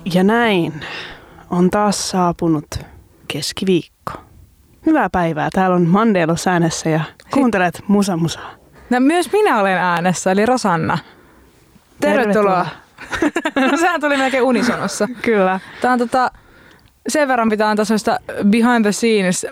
Ja näin on taas saapunut keskiviikko. Hyvää päivää. Täällä on Mandelos äänessä ja kuuntelet musaa. No, myös minä olen äänessä, eli Rosanna. Tervetuloa. Sehän tuli melkein unisonossa. Kyllä. Tämä on sen verran pitää antaa sellaista behind the scenes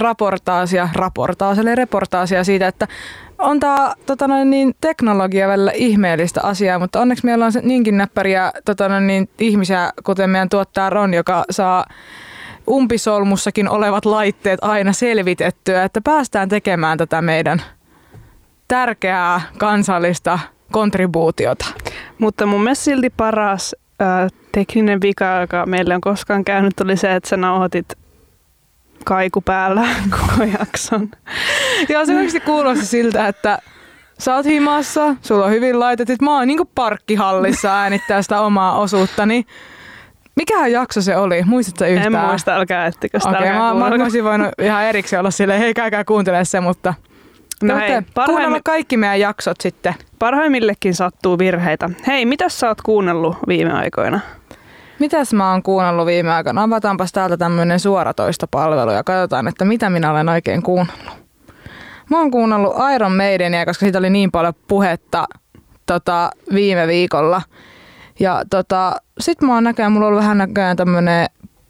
reportaasia siitä, että on tämä teknologia välillä ihmeellistä asiaa, mutta onneksi meillä on niinkin näppäriä ihmisiä, kuten meidän tuottaja Ron, joka saa umpisolmussakin olevat laitteet aina selvitettyä, että päästään tekemään tätä meidän tärkeää kansallista kontribuutiota. Mutta mun mielestä silti paras tekninen vika, joka meille on koskaan käynyt, oli se, että sä nauhoitit kaiku päällä koko jakson. Joo, se oikeasti kuulosti siltä, että sä oot himassa, sulla on hyvin laitettu. Mä oon niinku parkkihallissa äänittää sitä omaa osuuttani. Mikähän jakso se oli? Muistatko yhtään? En muista, älkää ettikö sitä. Okei, mä olisin voinut ihan erikseen olla silleen, hei käykää kuuntelemaan se, mutta kuunnella kaikki meidän jaksot sitten. Parhaimmillekin sattuu virheitä. Hei, mitäs sä oot kuunnellut viime aikoina? Mitäs mä oon kuunnellut viime aikoina? Avataanpas täältä tämmönen suoratoistopalvelu ja katsotaan, että mitä minä olen oikein kuunnellut. Mä oon kuunnellut Iron Maidenia, koska siitä oli niin paljon puhetta viime viikolla. Ja sit mä oon mulla on ollut vähän näköjään tämmönen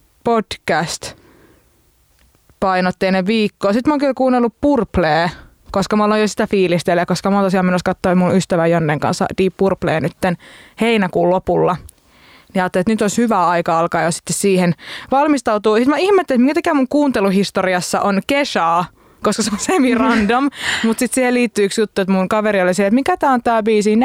podcast-painotteinen viikko. Sit mä oon kyllä kuunnellut Purplea, koska mä oon jo sitä fiilistellä, koska mä oon tosiaan menossa katsoa mun ystävän Jannen kanssa Deep Purplea nytten heinäkuun lopulla. Ja ajattelin, että nyt olisi hyvä aika alkaa jo sitten siihen valmistautua. Sitten mä ihmettelin, että mikä tekee mun kuunteluhistoriassa on Keshaa, koska se on semi-random. Mutta sitten siihen liittyy yksi juttu, että mun kaveri oli siellä, että mikä tää on tää biisi,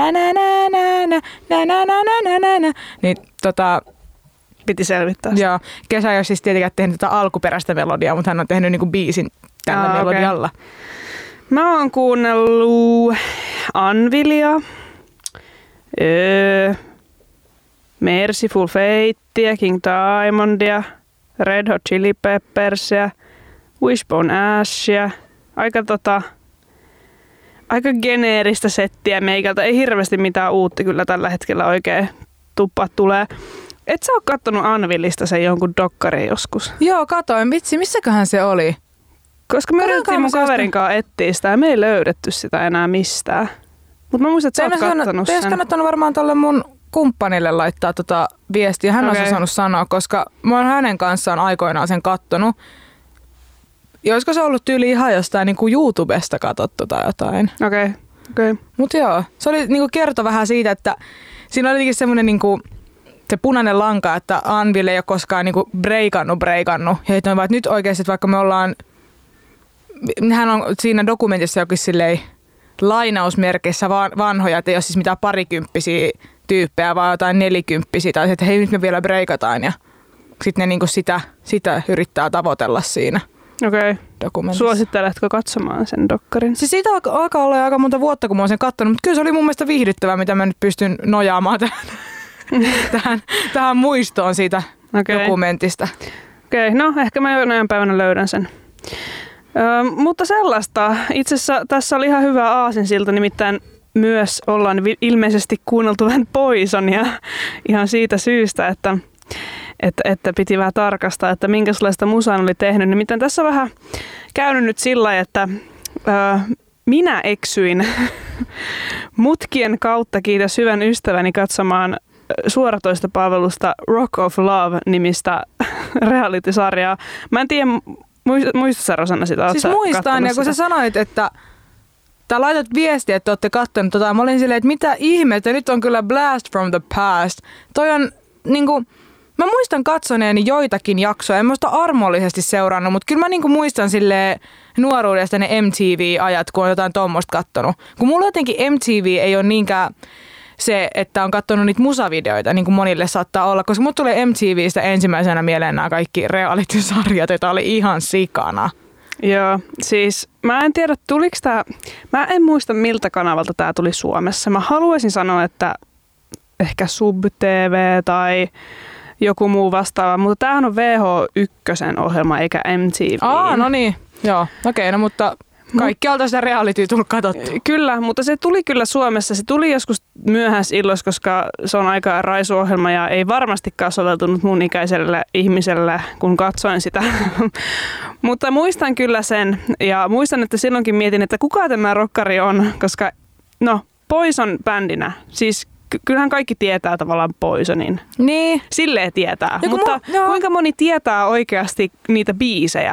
niin piti selvittää. Joo, Kesha ei ole siis tietenkään tehnyt tätä alkuperäistä melodiaa, mutta hän on tehnyt niinku biisin tällä melodialla. Okay. Mä oon kuunnellut Anvilia, Merciful Fatea, King Diamondia, Red Hot Chili Peppersia, Wishbone Ashia. Aika geneeristä settiä meikältä. Ei hirveästi mitään uutta kyllä tällä hetkellä oikein tuppa tulee. Et sä oo kattonut Anvilista sen jonkun dokkarin joskus? Joo, katoin. Vitsi, missäköhän se oli? Koska me yritettiin mun kaverin kanssa etsiä sitä ja me ei löydetty sitä enää mistään. Mutta mä muistan, että sä oot kattonut sen. Teis kannattanut varmaan tolle mun kumppanille laittaa viestiä. Hän olisi osannut sanoa, koska mä oon hänen kanssaan aikoinaan sen kattonut. Ja olisiko se ollut tyyli ihan jostain niin kuin YouTubesta katsottu tai jotain. Okei. Mut joo, se oli niin kuin kertoi vähän siitä, että siinä oli jotenkin semmoinen niin kuin se punainen lanka, että Anvil ei ole koskaan niin kuin breikannut. Ja että nyt oikeasti, että vaikka me ollaan, hän on siinä dokumentissa jokin silleen lainausmerkeissä vanhoja, että ei ole siis mitään parikymppisiä tyyppejä, vaan jotain nelikymppisiä, tai että hei, nyt me vielä breikataan, ja sitten ne niinku sitä yrittää tavoitella siinä dokumentissa. Suositteletko katsomaan sen dokkarin? Siis siitä alkaa olla aika monta vuotta, kun mä oon sen katsonut, mutta kyllä se oli mun mielestä viihdyttävää, mitä mä nyt pystyn nojaamaan tähän muistoon siitä dokumentista. Okei, no ehkä mä jonain päivänä löydän sen. Mutta sellaista. Itse asiassa tässä oli ihan hyvä aasinsilta, nimittäin myös ollaan ilmeisesti kuunneltu vähän Poisonia ihan siitä syystä, että piti vähän tarkastaa, että minkälaista musaa oli tehnyt. Nimittäin tässä on vähän käynyt nyt sillä lailla, että minä eksyin mutkien kautta, kiitos hyvän ystäväni, katsomaan suoratoistopalvelusta Rock of Love-nimistä reality-sarjaa. Mä en tiedä, muistatko sä, Rosanna, sitä? Siis muistan, ja kun sä sanoit, että tai laitat viestiä, että olette kattonut mä olin silleen, että mitä ihmettä, nyt on kyllä blast from the past. Toi on niinku, mä muistan katsoneeni joitakin jaksoja, en muista armollisesti seurannut, mutta kyllä mä niinku muistan silleen nuoruudesta ne MTV-ajat, kun on jotain tommoista kattonut. Kun mulla jotenkin MTV ei ole niinkään se, että on katsonut niitä musavideoita, niin kuin monille saattaa olla, koska mut tulee MTVstä ensimmäisenä mieleen nämä kaikki reality-sarjat, joita oli ihan sikana. Joo, siis mä en tiedä, tuliko tää, mä en muista miltä kanavalta tää tuli Suomessa. Mä haluaisin sanoa, että ehkä Sub TV tai joku muu vastaava, mutta tämähän on VH1 ohjelma eikä MTV. No niin, joo, okei, no mutta Kaikkialta sitä realityä tullut katsottua. Kyllä, mutta se tuli kyllä Suomessa. Se tuli joskus myöhäisilloissa, koska se on aika raisuohjelma ja ei varmastikaan soveltunut mun ikäiselle ihmiselle, kun katsoin sitä. Mutta muistan kyllä sen ja muistan, että silloinkin mietin, että kuka tämä rokkari on, koska Poison bändinä, siis kyllähän kaikki tietää tavallaan Poisonin. Niin. Silleen tietää, mutta kuinka moni tietää oikeasti niitä biisejä?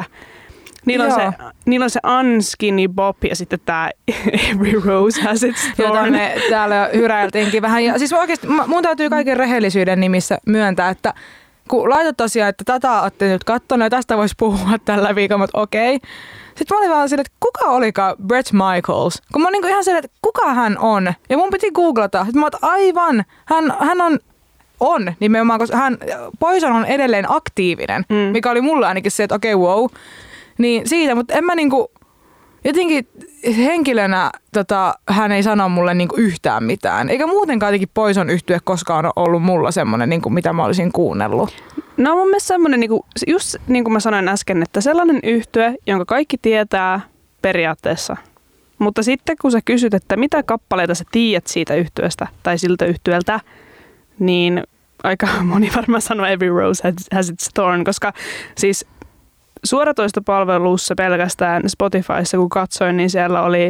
Niillä on se Unskinny Bop ja sitten tämä Every Rose Has Its Thorn. Jota me täällä hyräiltiinkin vähän. Ja siis oikeasti mun täytyy kaiken rehellisyyden nimissä myöntää, että kun laitat tosiaan, että tätä olette nyt kattonut ja tästä voisi puhua tällä viikolla, mutta okei. Sitten mä olin vaan silleen, että kuka olikaan Bret Michaels? Kun mä olin ihan silleen, että kuka hän on? Ja mun piti googlata. Sitten mä olin, että aivan, hän on nimenomaan, koska Poison on edelleen aktiivinen, mikä oli mulle ainakin se, että okei, wow. Niin siitä, mutta en mä niinku, jotenkin henkilönä hän ei sano mulle niinku yhtään mitään. Eikä muutenkaan jotenkin Poison yhtye koskaan ole ollut mulla semmoinen, niinku, mitä mä olisin kuunnellut. No mun mielestä semmoinen, niinku, just niin kuin mä sanoin äsken, että sellainen yhtye, jonka kaikki tietää periaatteessa. Mutta sitten kun sä kysyt, että mitä kappaleita sä tiedät siitä yhtyeestä tai siltä yhtyeltä, niin aika moni varmaan sanoo Every Rose Has Its Thorn, koska siis suoratoistopalvelussa pelkästään Spotifyssa, kun katsoin, niin siellä oli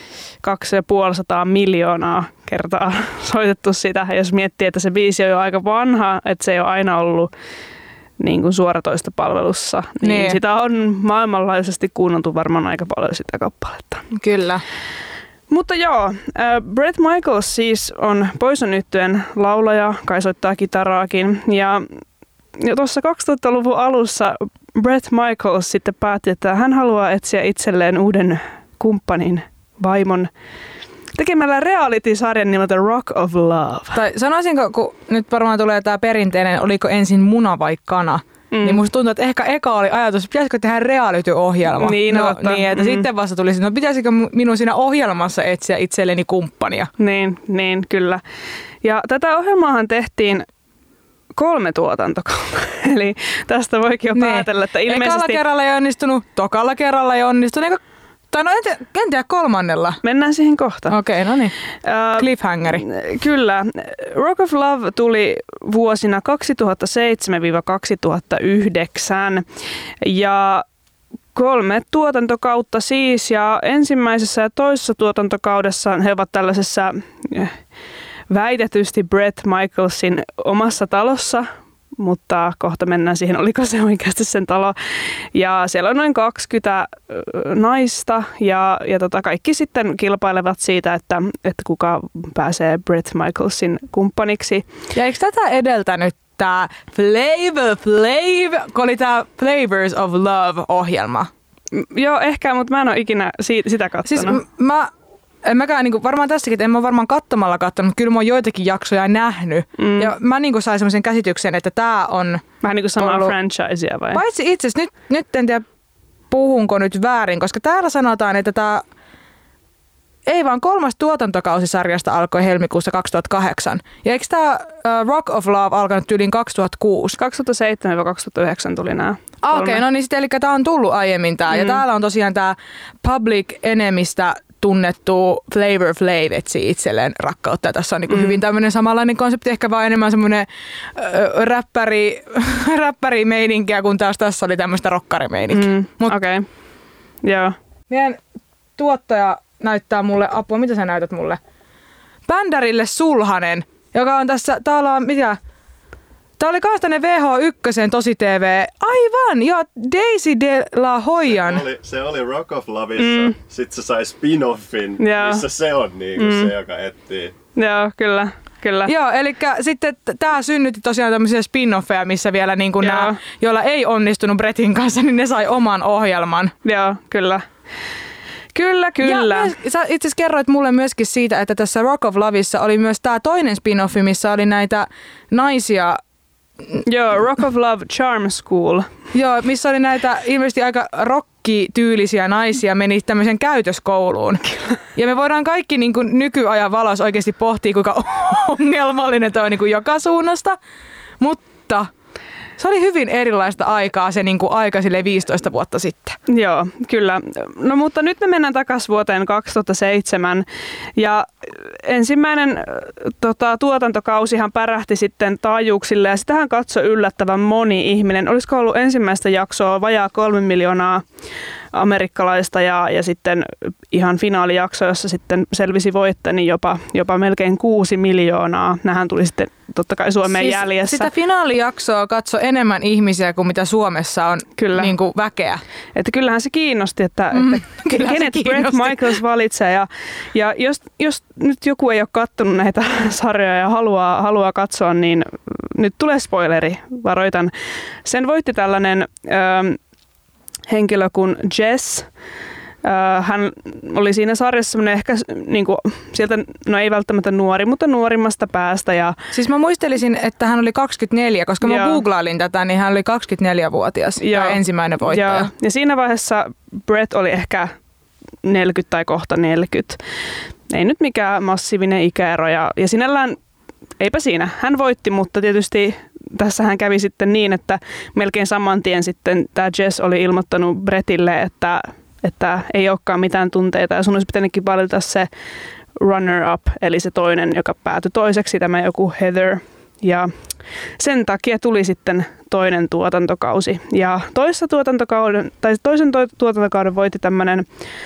250 miljoonaa kertaa soitettu sitä. Ja jos miettii, että se biisi on jo aika vanha, että se ei ole aina ollut niin kuin suoratoistopalvelussa, niin sitä on maailmanlaajuisesti kuunneltu varmaan aika paljon sitä kappaletta. Kyllä. Mutta joo, Bret Michaels siis on Poison yhtyeen laulaja, kai soittaa kitaraakin. Ja tuossa 2000-luvun alussa Bret Michaels sitten päätti, että hän haluaa etsiä itselleen uuden kumppanin, vaimon, tekemällä reality-sarjan nimeltä Rock of Love. Tai sanoisinko, kun nyt varmaan tulee tämä perinteinen, oliko ensin muna vai kana, niin musta tuntuu, että ehkä eka oli ajatus, pitäisikö tehdä reality-ohjelma. Niin, että sitten vasta tuli, pitäisikö minun siinä ohjelmassa etsiä itselleni kumppania. Niin, kyllä. Ja tätä ohjelmaahan tehtiin 3 tuotantokautta. Eli tästä voikin jo päätellä, että ilmeisesti ekalla kerralla ei onnistunut, tokalla kerralla ei onnistunut, tai no en tiedä 3. Mennään siihen kohta. Okei, no niin. Cliffhangeri. Kyllä. Rock of Love tuli vuosina 2007-2009 ja 3 tuotantokautta siis, ja ensimmäisessä ja toisessa tuotantokaudessa he ovat tällaisessa väitetysti Bret Michaelsin omassa talossa, mutta kohta mennään siihen, oliko se oikeasti sen talo. Ja siellä on noin 20 naista ja kaikki sitten kilpailevat siitä, että kuka pääsee Bret Michaelsin kumppaniksi. Ja eikö tätä edeltänyt tämä Flav, kun oli tämä Flavors of Love-ohjelma? Joo, ehkä, mutta mä en ole ikinä sitä katsonut. Siis en mäkään, niin kuin, varmaan tässäkin, että en mä varmaan katsomalla katsonut, mutta kyllä mä oon joitakin jaksoja nähnyt. Ja mä niin kuin sain semmoisen käsityksen, että tää on vähän niin kuin samaa franchisea vai? Paitsi itse asiassa, nyt en tiedä puhunko nyt väärin, koska täällä sanotaan, että tää ei vaan 3. tuotantokausisarjasta alkoi helmikuussa 2008. Ja eikö tää Rock of Love alkanut yli 2006? 2007-2009 tuli nää. Okei, no niin sitten eli tää on tullut aiemmin tää. Ja täällä on tosiaan tää Public Enemystä tunnettu Flavor Flav etsii itselleen rakkautta. Ja tässä on niin hyvin tämmöinen samanlainen konsepti, ehkä vaan enemmän semmoinen räppärimeininkiä, kun taas tässä oli tämmöistä rokkarimeininkiä. Okei, joo. Meidän tuottaja näyttää mulle apua. Mitä sä näytät mulle? Bändärille Sulhanen, joka on tässä, täällä on, mitä? Tää oli kans tänne VH1 Tosi TV. Aivan, joo, Daisy de la Hoyan. Se oli Rock of Loveissa, sit se sai spin-offin, missä se on niinku se, joka etsii. Joo, kyllä. Joo, eli sitten tää synnytti tosiaan tämmöisiä spin-offeja, missä vielä niinku nämä, joilla ei onnistunut Bretin kanssa, niin ne sai oman ohjelman. Joo, kyllä. Kyllä. Ja sä itse asiassa kerroit mulle myöskin siitä, että tässä Rock of Loveissa oli myös tää toinen spin-offi, missä oli näitä naisia. Joo, Rock of Love Charm School. Joo, missä oli näitä ilmeisesti aika rockityylisiä naisia, meni tämmöisen käytöskouluun. Ja me voidaan kaikki niin kuin nykyajan valossa oikeasti pohtia, kuinka ongelmallinen toi on niin kuin joka suunnasta. Mutta Se oli hyvin erilaista aikaa se niin kuin aika sille 15 vuotta sitten. Joo, kyllä. No mutta nyt me mennään takaisin vuoteen 2007 ja ensimmäinen tuotantokausihan pärähti sitten taajuuksille ja sitähän katsoi yllättävän moni ihminen. Olisiko ollut ensimmäistä jaksoa vajaa 3 miljoonaa amerikkalaista ja sitten ihan finaalijakso, jossa sitten selvisi voittaja, niin jopa melkein 6 miljoonaa. Nämähän tuli sitten totta kai Suomeen siis jäljessä. Sitä finaalijaksoa katsoi enemmän ihmisiä kuin mitä Suomessa on niin kuin väkeä. Että kyllähän se kiinnosti, että kenet Bret Michaels valitsee. Ja jos nyt joku ei ole katsonut näitä sarjoja ja haluaa katsoa, niin nyt tulee spoileri, varoitan. Sen voitti tällainen henkilö kuin Jess. Hän oli siinä sarjassa semmoinen ehkä niin kuin, sieltä, no ei välttämättä nuori, mutta nuorimmasta päästä. Ja siis mä muistelisin, että hän oli 24, koska mä googlailin tätä, niin hän oli 24-vuotias, tämä ensimmäinen voittaja. Ja siinä vaiheessa Bret oli ehkä 40 tai kohta 40. Ei nyt mikään massiivinen ikäero ja sinällään eipä siinä. Hän voitti, mutta tietysti tässä hän kävi sitten niin, että melkein saman tien sitten tämä Jess oli ilmoittanut Bretille, että ei olekaan mitään tunteita ja sun olisi pitänytkin valita se runner-up, eli se toinen, joka päätyi toiseksi, tämä joku Heather. Ja sen takia tuli sitten toinen tuotantokausi. Ja toisen tuotantokauden voitti tämmöinen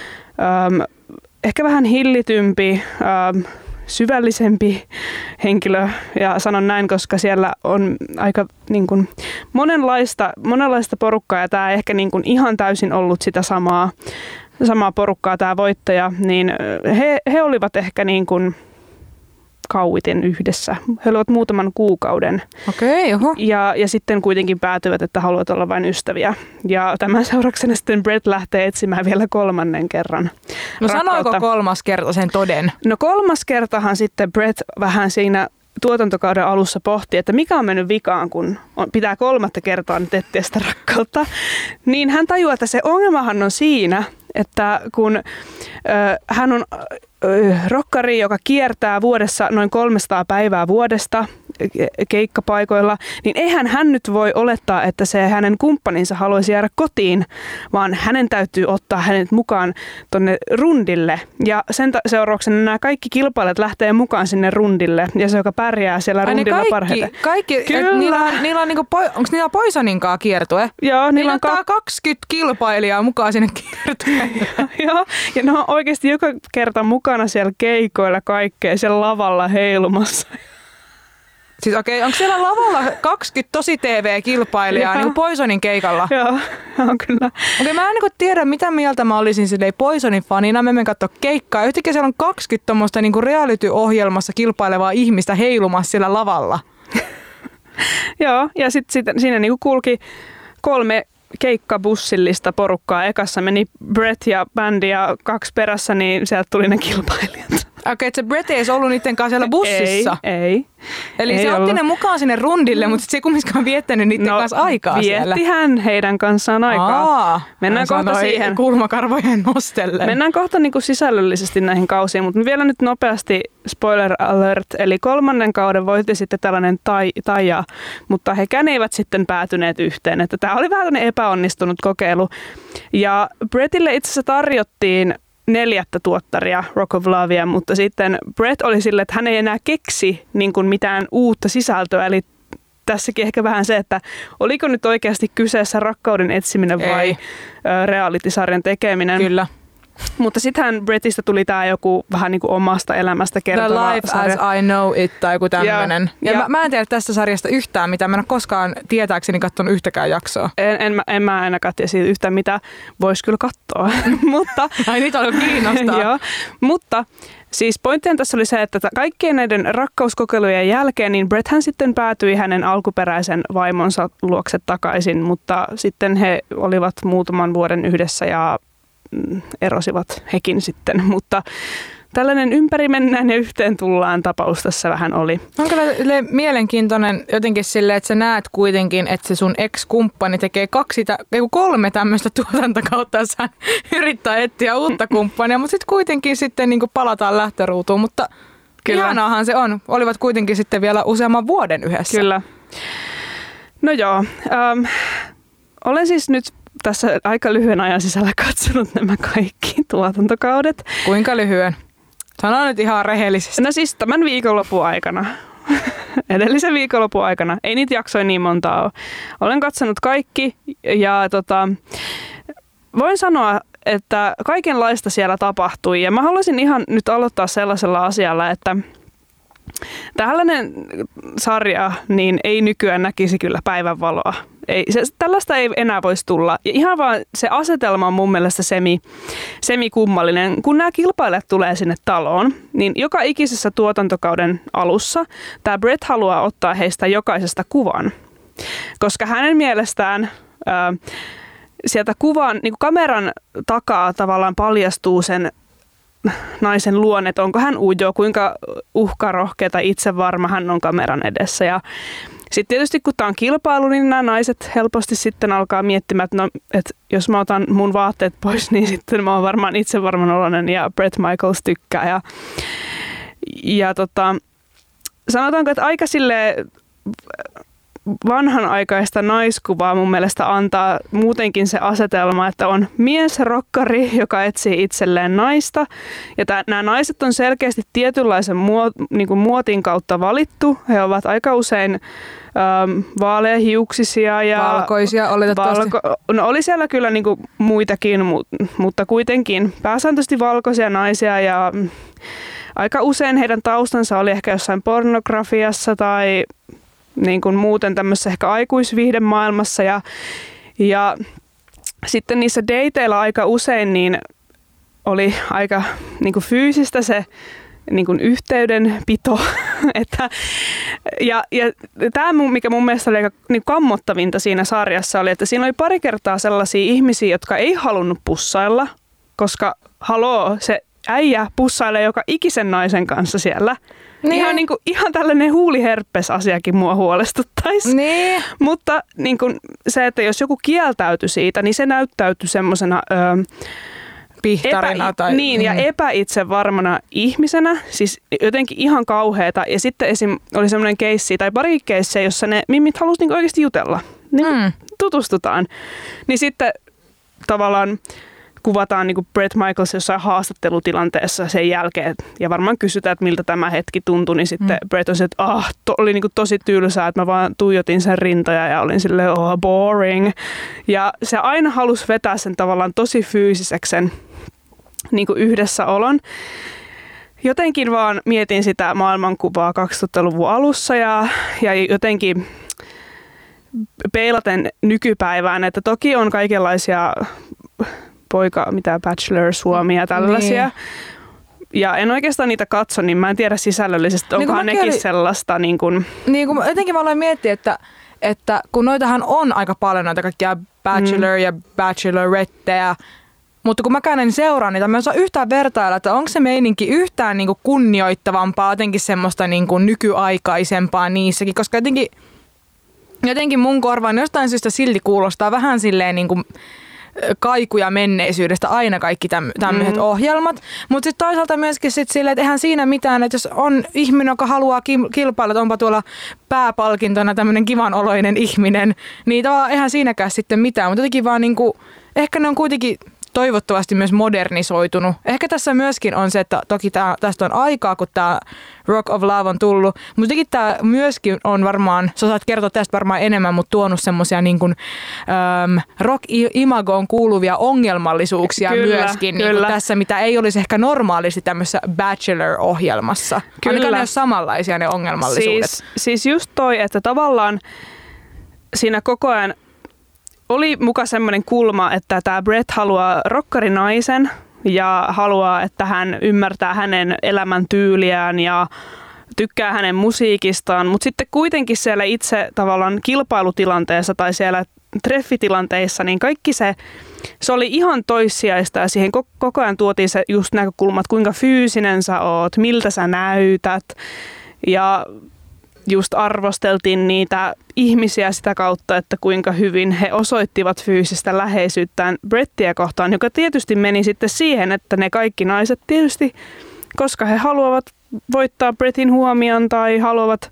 ehkä vähän hillitympi, syvällisempi henkilö, ja sanon näin, koska siellä on aika niin kuin monenlaista porukkaa, ja tämä ei ehkä niin kuin ihan täysin ollut sitä samaa porukkaa tämä voittaja, niin he olivat ehkä niin kuin kauiten yhdessä. He olivat muutaman kuukauden. Okei, oho. Ja sitten kuitenkin päätyivät, että haluavat olla vain ystäviä. Ja tämän seurauksena sitten Bret lähtee etsimään vielä 3. kerran No sanoiko 3. kerta sen toden? No 3. kertahan sitten Bret vähän siinä tuotantokauden alussa pohti, että mikä on mennyt vikaan, kun pitää 3. kertaa nyt etsiä sitä rakkautta. Niin hän tajuaa, että se ongelmahan on siinä, että kun hän on rokkari, joka kiertää vuodessa noin 300 päivää vuodesta keikkapaikoilla, niin eihän hän nyt voi olettaa, että se hänen kumppaninsa haluaisi jäädä kotiin, vaan hänen täytyy ottaa hänet mukaan tonne rundille. Ja sen seurauksena nämä kaikki kilpailijat lähtee mukaan sinne rundille, ja se, joka pärjää siellä rundilla parhaiten. Kaikki, niillä on niinku, onko niillä Poisoninkaan kiertue? Joo, niillä on 20 kilpailijaa mukaan sinne kiertueelle. Joo, ja ne on oikeasti joka kerta mukana siellä keikoilla kaikkea, siellä lavalla heilumassa. Siis okei, onko siellä lavalla 20 tosi TV-kilpailijaa niin kuin Poisonin keikalla? Joo, kyllä. Okei, mä en niin tiedä, mitä mieltä mä olisin silleen Poisonin fanina. Me menen katsoa keikkaa. Yhtäkkiä siellä on 20 tommoista niin kuin reality-ohjelmassa kilpailevaa ihmistä heilumassa siellä lavalla. Joo, ja sitten siinä niin kuin kulki 3 keikkabussillista porukkaa. Ekassa meni Bret ja bändi ja 2 perässä, niin sieltä tuli ne kilpailijat. Okei, että se Bret ei ollut niiden kanssa siellä bussissa. Ei. Eli ei se ollut. otti ne mukaan sinne rundille, mutta se ei kumminkaan viettänyt niiden kanssa aikaa siellä. Vietti hän heidän kanssaan aikaa. Mennään kohta siihen. Kulmakarvojen nostelle. Mennään kohta niin kuin sisällöllisesti näihin kausiin, mutta vielä nyt nopeasti spoiler alert. Eli 3. kauden voitti sitten tällainen Taija, mutta hekään eivät sitten päätyneet yhteen. Että tämä oli vähän epäonnistunut kokeilu. Ja Bretille itse asiassa tarjottiin 4. tuottaria, Rock of Lovea, mutta sitten Bret oli sille, että hän ei enää keksi niin kuin mitään uutta sisältöä. Eli tässäkin ehkä vähän se, että oliko nyt oikeasti kyseessä rakkauden etsiminen vai reality-sarjan tekeminen. Kyllä. Mutta sittenhän Bretistä tuli tämä joku vähän niin kuin omasta elämästä kertova The Life sarja. as I Know It tai joku tämmöinen. Ja mä en tiedä tästä sarjasta yhtään mitään. Mä en ole koskaan tietääkseni katsonut yhtäkään jaksoa. En mä ainakaan tiedä siitä yhtään, mitä voisi kyllä katsoa. Mutta, ai niitä on kiinnostaa. Joo, mutta siis pointtien tässä oli se, että kaikkien näiden rakkauskokeilujen jälkeen niin Brethän sitten päätyi hänen alkuperäisen vaimonsa luokse takaisin, mutta sitten he olivat muutaman vuoden yhdessä ja erosivat hekin sitten, mutta tällainen ympäri mennään ja yhteen tullaan tapaus tässä vähän oli. On kyllä mielenkiintoinen jotenkin silleen, että sä näet kuitenkin, että se sun ex-kumppani tekee 3 tämmöistä tuotantokautta, jos hän yrittää etsiä uutta kumppania, mutta sitten kuitenkin sitten niin kuin palataan lähtöruutuun, mutta ihanaahan se on. Olivat kuitenkin sitten vielä useamman vuoden yhdessä. Kyllä. No joo, olen siis nyt tässä aika lyhyen ajan sisällä katsonut nämä kaikki tuotantokaudet. Kuinka lyhyen? Sano nyt ihan rehellisesti. No siis tämän viikonlopun aikana. Edellisen viikonlopun aikana. Ei niitä jaksoja niin montaa ole. Olen katsonut kaikki ja voin sanoa, että kaikenlaista siellä tapahtui. Ja mä haluaisin ihan nyt aloittaa sellaisella asialla, että tällainen sarja niin ei nykyään näkisi kyllä päivänvaloa. Tällaista ei enää voisi tulla. Ja ihan vaan se asetelma on mun mielestä semikummallinen. Kun nämä kilpailijat tulee sinne taloon, niin joka ikisessä tuotantokauden alussa tämä Brett haluaa ottaa heistä jokaisesta kuvan. Koska hänen mielestään sieltä kuvan, niin kuin kameran takaa tavallaan paljastuu sen naisen luonne, että onko hän ujo, kuinka uhkarohkea tai itsevarma hän on kameran edessä. Ja sitten tietysti kun tämä on kilpailu, niin nämä naiset helposti sitten alkaa miettimään, että jos mä otan mun vaatteet pois, niin sitten mä oon varmaan itsevarman oloinen ja Bret Michaels tykkää. Ja sanotaanko, että aika silleen vanhanaikaista naiskuvaa mun mielestä antaa muutenkin se asetelma, että on miesrokkari, joka etsii itselleen naista. Ja nämä naiset on selkeästi tietynlaisen muotin kautta valittu. He ovat aika usein vaaleahiuksisia ja valkoisia oletettavasti. No oli siellä kyllä niinku muitakin, mutta kuitenkin pääsääntöisesti valkoisia naisia ja aika usein heidän taustansa oli ehkä jossain pornografiassa tai niin kuin muuten tämmöisessä ehkä aikuisviihdemaailmassa ja sitten niissä dateilla aika usein niin oli aika niin kuin fyysistä se niin kuin yhteydenpito. ja tämä, mikä mun mielestä oli aika niin kammottavinta siinä sarjassa, oli, että siinä oli pari kertaa sellaisia ihmisiä, jotka ei halunnut pussailla, koska se äijä pussailee joka ikisen naisen kanssa siellä. Niin. Ihan tällainen huuliherppes-asiakin mua huolestuttaisi. Niin. Mutta niin kuin se, että jos joku kieltäytyi siitä, niin se näyttäytyi semmoisena pihtarina ja epäitsevarmana ihmisenä. Siis jotenkin ihan kauheata. Ja sitten esim. Oli semmoinen keissi tai pari keissiä, jossa ne mimmit halusi niin oikeasti jutella. Niin tutustutaan. Niin sitten tavallaan kuvataan niin kuin Bret Michaels jossain haastattelutilanteessa sen jälkeen ja varmaan kysytään, että miltä tämä hetki tuntui, niin sitten Bret on se, että oli niin kuin tosi tylsää, että mä vaan tuijotin sen rintoja ja olin silleen boring. Ja se aina halusi vetää sen tavallaan tosi fyysiseksi sen niin kuin yhdessäolon. Jotenkin vaan mietin sitä maailmankuvaa 2000-luvun alussa ja jotenkin peilaten nykypäivään, että toki on kaikenlaisia Bachelor-suomia ja tällaisia. Niin. Ja en oikeastaan niitä katso, niin mä en tiedä sisällöllisesti, onkohan nekin sellaista. Niin kuin jotenkin mä aloin miettiä, että kun noitahan on aika paljon noita kaikkia Bachelor- ja Bacheloretteja, mutta kun mäkään en seuraa niitä, mä en saa yhtään vertailla, että onko se meininki yhtään niin kuin kunnioittavampaa, jotenkin semmoista niin kuin nykyaikaisempaa niissäkin, koska jotenkin mun korvaan jostain syystä silti kuulostaa vähän silleen niin kuin kaikuja menneisyydestä aina kaikki tämmöiset ohjelmat. Mutta sitten toisaalta myöskin sit silleen, että eihän siinä mitään, että jos on ihminen, joka haluaa kilpailla, että onpa tuolla pääpalkintona tämmöinen kivan oloinen ihminen, niin eihän siinäkään sitten mitään. Mutta jotenkin vaan niinku, ehkä ne on kuitenkin toivottavasti myös modernisoitunut. Ehkä tässä myöskin on se, että toki tästä on aikaa, kun tämä Rock of Love on tullut, mutta jotenkin tämä myöskin on varmaan, sä saat kertoa tästä varmaan enemmän, mutta tuonut semmoisia niin kuin rock-imagoon kuuluvia ongelmallisuuksia myöskin niin kuin tässä, mitä ei olisi ehkä normaalisti tämmöisessä Bachelor-ohjelmassa. Ainakaan ne ole samanlaisia ne ongelmallisuudet. Siis just toi, että tavallaan siinä koko ajan oli muka semmoinen kulma, että tämä Bret haluaa rokkarinaisen ja haluaa, että hän ymmärtää hänen elämäntyyliään ja tykkää hänen musiikistaan, mutta sitten kuitenkin siellä itse tavallaan kilpailutilanteessa tai siellä treffitilanteissa, niin kaikki se oli ihan toissijaista ja siihen koko ajan tuotiin se just näkökulmat, kuinka fyysinen sä oot, miltä sä näytät ja just arvosteltiin niitä ihmisiä sitä kautta, että kuinka hyvin he osoittivat fyysistä läheisyyttään Brettiä kohtaan, joka tietysti meni sitten siihen, että ne kaikki naiset tietysti, koska he haluavat voittaa Brettin huomion tai haluavat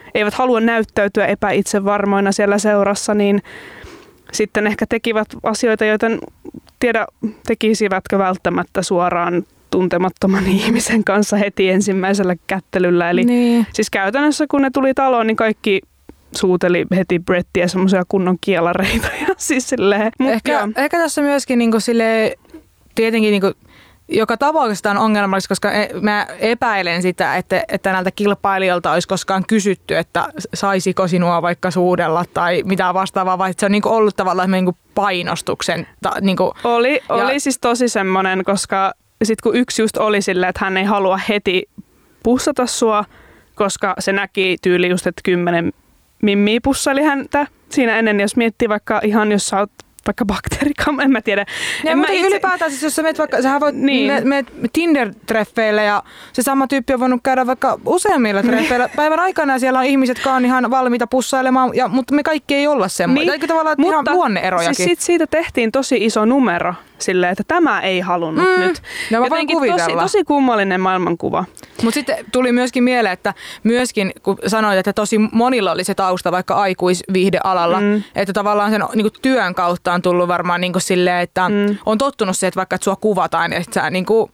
eivät halua näyttäytyä epäitsevarmoina siellä seurassa, niin sitten ehkä tekivät asioita, joita en tiedä tekisivätkö välttämättä suoraan tuntemattoman ihmisen kanssa heti ensimmäisellä kättelyllä. Eli siis käytännössä kun ne tuli taloon, niin kaikki suuteli heti Brettiä semmoisia kunnon kielareita. Ja siis silleen, ehkä tässä myöskin niinku silleen, tietenkin niinku, joka tapauksessa on ongelmallista, koska mä epäilen sitä, että näiltä kilpailijoilta olisi koskaan kysytty, että saisiko sinua vaikka suudella tai mitä vastaavaa, vai se on niinku ollut tavallaan niinku painostuksen. Niinku, oli siis tosi semmoinen, koska sitten kun yksi just oli silleen, että hän ei halua heti pussata sua, koska se näki tyyli just, että 10 mimmiä pussaili häntä siinä ennen, jos miettii vaikka ihan, jos sä oot vaikka bakteerikam, en mä tiedä. Ja mutta ylipäätään, siis jos sä menet vaikka, sähän voit menet Tinder-treffeille ja se sama tyyppi on voinut käydä vaikka useimmilla treffeillä päivän aikana ja siellä on ihmiset, jotka on ihan valmiita pussailemaan, mutta me kaikki ei olla semmoinen. Niin, tavallaan ihan luonne-erojakin. Siis siitä tehtiin tosi iso numero silleen, että tämä ei halunnut nyt. No mä voin kuvitella. Tosi kummallinen maailmankuva. Mutta sitten tuli myöskin mieleen, että myöskin kun sanoit, että tosi monilla oli se tausta vaikka aikuisviihdealalla, että tavallaan sen niin kuin työn kautta on tullut varmaan niin kuin silleen, että on tottunut se, että vaikka että sua kuvataan, että sä niin kuin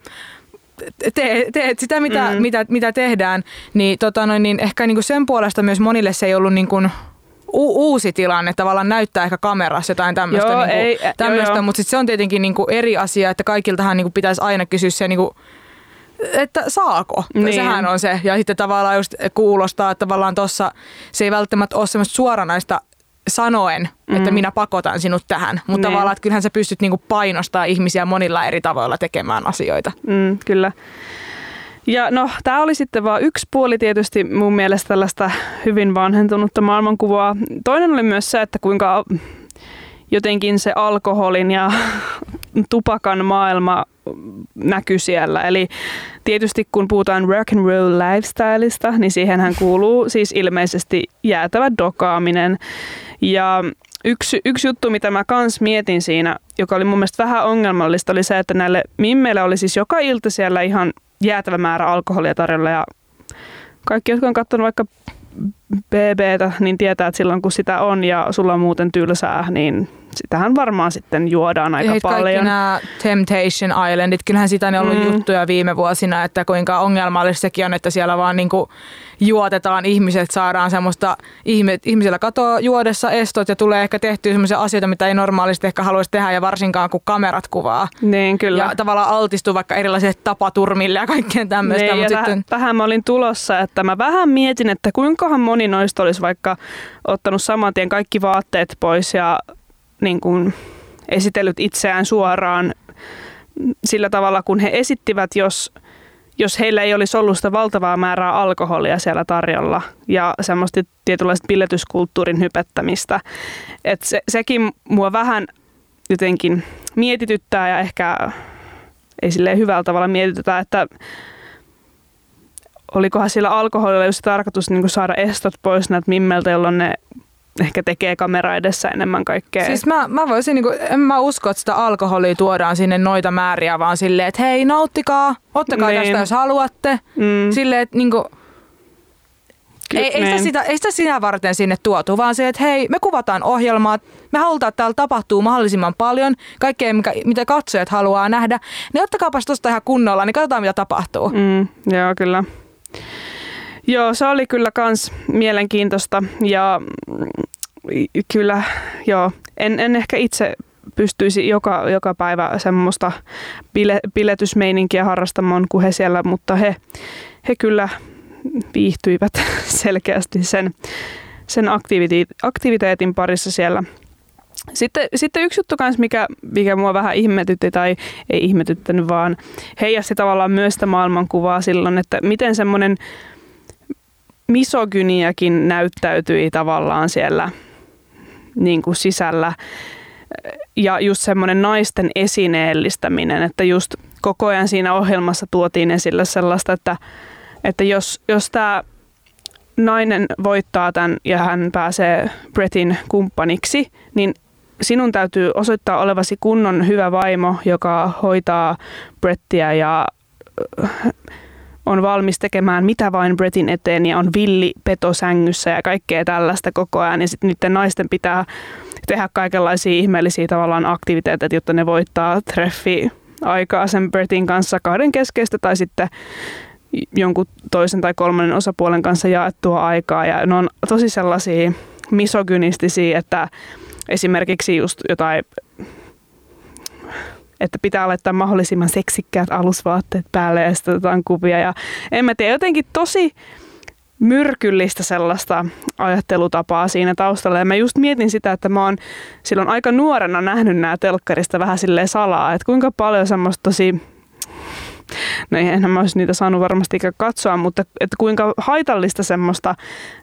teet sitä, mitä tehdään, niin, niin ehkä niin kuin sen puolesta myös monille se ei ollut niin kuin uusi tilanne, tavallaan näyttää ehkä kamerassa jotain tämmöistä, mutta sitten se on tietenkin niin kuin eri asia, että kaikiltahan niin kuin pitäisi aina kysyä se, niin kuin, että saako. Niin. Sehän on se. Ja sitten tavallaan just kuulostaa, että tavallaan tuossa se ei välttämättä ole semmoista suoranaista sanoen, että minä pakotan sinut tähän, mutta tavallaan, että kyllähän sä pystyt niin kuin painostaa ihmisiä monilla eri tavoilla tekemään asioita. Kyllä. Ja no, tämä oli sitten vaan yksi puoli tietysti mun mielestä tällaista hyvin vanhentunutta maailmankuvaa. Toinen oli myös se, että kuinka jotenkin se alkoholin ja tupakan maailma näkyy siellä. Eli tietysti kun puhutaan rock and roll lifestyleista, niin siihenhän kuuluu siis ilmeisesti jäätävä dokaaminen. Ja yksi juttu, mitä mä kans mietin siinä, joka oli mun mielestä vähän ongelmallista, oli se, että näille mimmeille oli siis joka ilta siellä ihan jäätävä määrä alkoholia tarjolla. Ja kaikki, jotka on katsonut vaikka BB:tä, niin tietää, että silloin kun sitä on ja sulla on muuten tylsää, niin sitähän varmaan sitten juodaan aika paljon. Kaikki nämä Temptation Islandit, kyllähän siitä on ollut juttuja viime vuosina, että kuinka ongelmallista sekin on, että siellä vaan niinku juotetaan ihmiset, saadaan semmoista, ihmisillä katoaa juodessa estot ja tulee ehkä tehtyä semmoisia asioita, mitä ei normaalisti ehkä haluaisi tehdä ja varsinkaan kun kamerat kuvaa. Niin, kyllä. Ja tavallaan altistuu vaikka erilaisille tapaturmille ja kaikkeen tämmöistä. Niin, ja tähän mä olin tulossa, että mä vähän mietin, että kuinkahan moni noista olisi vaikka ottanut saman tien kaikki vaatteet pois ja niin kuin esitellyt itseään suoraan sillä tavalla, kun he esittivät, jos heillä ei olisi ollut sitä valtavaa määrää alkoholia siellä tarjolla ja semmoista tietynlaista biletyskulttuurin hypettämistä. Että sekin mua vähän jotenkin mietityttää ja ehkä ei silleen hyvällä tavalla mietitytä, että olikohan sillä alkoholilla just tarkoitus niin kuin saada estot pois näitä mimmeltä, jolloin ne ehkä tekee kamera edessä enemmän kaikkea. Siis mä voisin, en mä usko, että sitä alkoholia tuodaan sinne noita määriä, vaan silleen, että hei, nauttikaa, ottakaa tästä, jos haluatte. Silleen, että niinku, ei sitä sinä varten sinne tuotu, vaan se, että hei, me kuvataan ohjelmaa, me halutaan, että täällä tapahtuu mahdollisimman paljon, kaikkea, mitä katsojat haluaa nähdä, niin ottakaapas tosta ihan kunnolla, niin katsotaan, mitä tapahtuu. Joo, kyllä. Joo, se oli kyllä kans mielenkiintoista ja kyllä, joo, en ehkä itse pystyisi joka päivä semmoista biletysmeininkiä harrastamaan kuin he siellä, mutta he kyllä viihtyivät selkeästi sen aktiviteetin parissa siellä. Sitten yksi juttu kanssa, mikä mua vähän ihmetytti tai ei ihmetyttänyt, vaan heijasti tavallaan myös sitä maailmankuvaa silloin, että miten semmoinen misogyniakin näyttäytyi tavallaan siellä niin kuin sisällä. Ja just semmoinen naisten esineellistäminen, että just koko ajan siinä ohjelmassa tuotiin esille sellaista, että jos tämä nainen voittaa tämän ja hän pääsee Brettin kumppaniksi, niin sinun täytyy osoittaa olevasi kunnon hyvä vaimo, joka hoitaa Brettiä ja on valmis tekemään mitä vain Brettin eteen ja on villi peto sängyssä ja kaikkea tällaista koko ajan. Ja sitten niiden naisten pitää tehdä kaikenlaisia ihmeellisiä tavallaan aktiviteetteja, jotta ne voittaa treffi aikaa sen Brettin kanssa kahden keskeistä tai sitten jonkun toisen tai kolmannen osapuolen kanssa jaettua aikaa. Ja ne on tosi sellaisia misogynistisiä, että esimerkiksi just jotain, että pitää laittaa mahdollisimman seksikkäät alusvaatteet päälle ja sitten otetaan kuvia. Ja en mä tiedä, jotenkin tosi myrkyllistä sellaista ajattelutapaa siinä taustalla. Ja mä just mietin sitä, että mä oon silloin aika nuorena nähnyt nämä telkkarista vähän silleen salaa, että kuinka paljon semmoista tosi, no enhän mä olisi niitä saanut varmasti katsoa, mutta että kuinka haitallista semmoista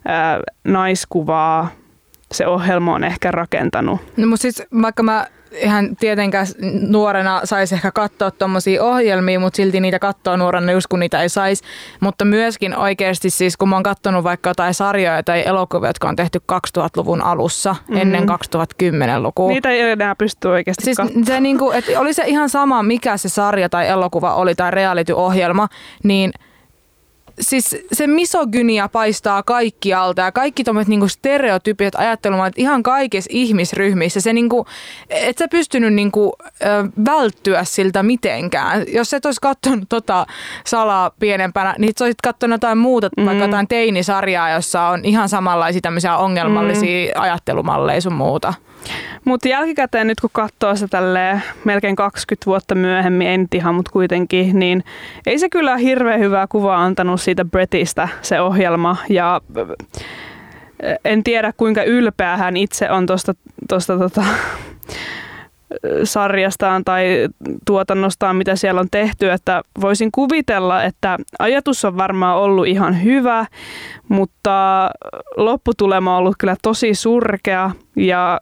naiskuvaa se ohjelma on ehkä rakentanut. No mutta siis vaikka mä ihan tietenkään nuorena saisi ehkä katsoa tommosia ohjelmia, mutta silti niitä katsoo nuorena just kun niitä ei saisi. Mutta myöskin oikeasti siis kun mä oon katsonut vaikka jotain sarjoja tai elokuvia, jotka on tehty 2000-luvun alussa ennen 2010-lukua. Niitä ei enää pysty oikeasti siis katsomaan. se niinku, että oli se ihan sama mikä se sarja tai elokuva oli tai reality-ohjelma, niin siis se misogynia paistaa kaikkialta ja kaikki tommoset niinku stereotypiat ajattelumaan ihan kaikissa ihmisryhmissä. Se niinku, et sä pystynyt niinku, välttyä siltä mitenkään. Jos et olisi katsonut salaa pienempänä, niin sä olisit katsonut jotain muuta, vaikka jotain teinisarjaa, jossa on ihan samanlaisia tämmöisiä ongelmallisia ajattelumalleja sun muuta. Mutta jälkikäteen nyt kun katsoo se tälleen melkein 20 vuotta myöhemmin, ei nyt ihan, mutta kuitenkin, niin ei se kyllä hirveän hyvää kuvaa antanut siitä Brettistä se ohjelma. Ja en tiedä kuinka ylpeä hän itse on tuosta sarjastaan tai tuotannostaan, mitä siellä on tehty. Että voisin kuvitella, että ajatus on varmaan ollut ihan hyvä, mutta lopputulema on ollut kyllä tosi surkea ja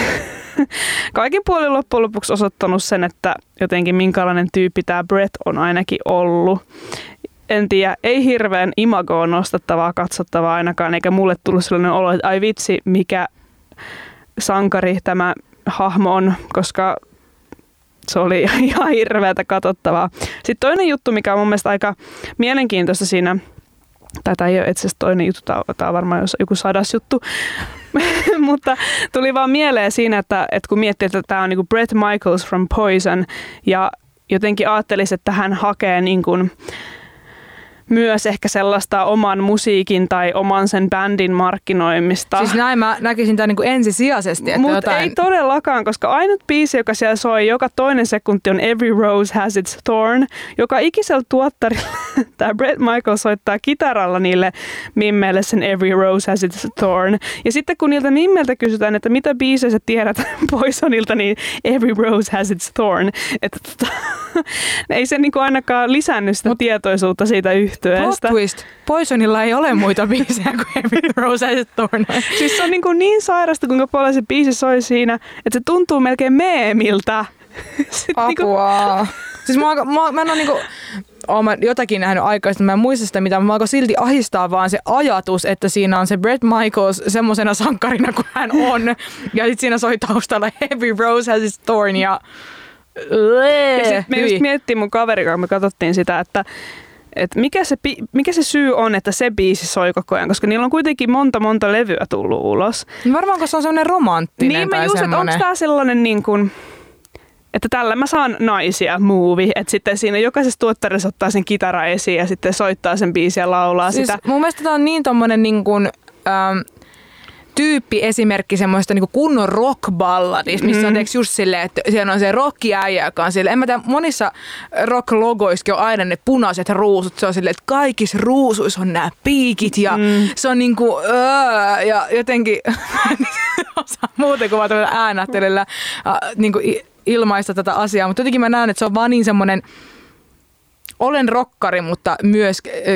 kaikin puolin loppujen lopuksi osoittanut sen, että jotenkin minkälainen tyyppi tämä Brett on ainakin ollut. En tiedä, ei hirveän imagoon nostattavaa, katsottavaa ainakaan, eikä mulle tullut sellainen olo, että ai vitsi, mikä sankari tämä hahmo on, koska se oli ihan hirveätä katsottavaa. Sitten toinen juttu, mikä on mun mielestä aika mielenkiintoista siinä, tai tämä ei ole itse asiassa toinen juttu, tämä on varmaan joku 100 juttu, mutta tuli vaan mieleen siinä, että kun miettii, että tämä on niin kuin Bret Michaels from Poison, ja jotenkin ajattelisi, että hän hakee niin kuin myös ehkä sellaista oman musiikin tai oman sen bändin markkinoimista. Siis näin mä näkisin tämän niin kuin ensisijaisesti. Mutta jotain... ei todellakaan, koska ainut biisi, joka siellä soi joka toinen sekunti on Every Rose Has Its Thorn, joka ikisellä tuottarilla tämä Bret Michael soittaa kitaralla niille mimmeille sen Every Rose Has Its Thorn. Ja sitten kun niiltä mimmeiltä kysytään, että mitä biisejä sä tiedät Poisonilta, niin Every Rose Has Its Thorn. Että ei se niin kuin ainakaan lisännyt sitä tietoisuutta siitä yhtyeestä. Plot twist. Poisonilla ei ole muita biisejä kuin Every Rose Has Its Thorn. Siis se on niin sairasta, kuinka paljon se biisi soi siinä, että se tuntuu melkein meemiltä. Apua. Siis mä en ole niinku... Olen jotakin nähnyt aikaisemmin, mä en muista sitä mitä, mä alkoi silti ahistaa vaan se ajatus, että siinä on se Bret Michaels semmosena sankarina kuin hän on. Ja sit siinä soi taustalla Every Rose Has Its Thorn ja sit me just miettii mun kaveri, kun me katsottiin sitä, että mikä se syy on, että se biisi soi koko ajan, koska niillä on kuitenkin monta levyä tullut ulos. Varmaan, koska se on semmoinen romanttinen niin, tai just, semmoinen. Onko tää sellainen niin kuin, että tällä mä saan naisia movie, että sitten siinä jokaisessa tuottarissa ottaa sen kitara esiin ja sitten soittaa sen biisin ja laulaa siis sitä. Mun mielestä tää on niin tommonen niin kuin, tyyppi esimerkki semmoista niinku kunnon rock-balladista, missä on just silleen, että siellä on se rockiäijä, joka on silleen, en mä tiedä, monissa rock-logoissakin on aina ne punaiset ruusut, se on silleen, että kaikissa ruusuissa on nämä piikit ja se on niinku, ja jotenkin osaa muuten kuin vaan äänättelyllä niinku ilmaista tätä asiaa, mutta jotenkin mä näen, että se on vaan niin semmoinen, olen rokkari, mutta myös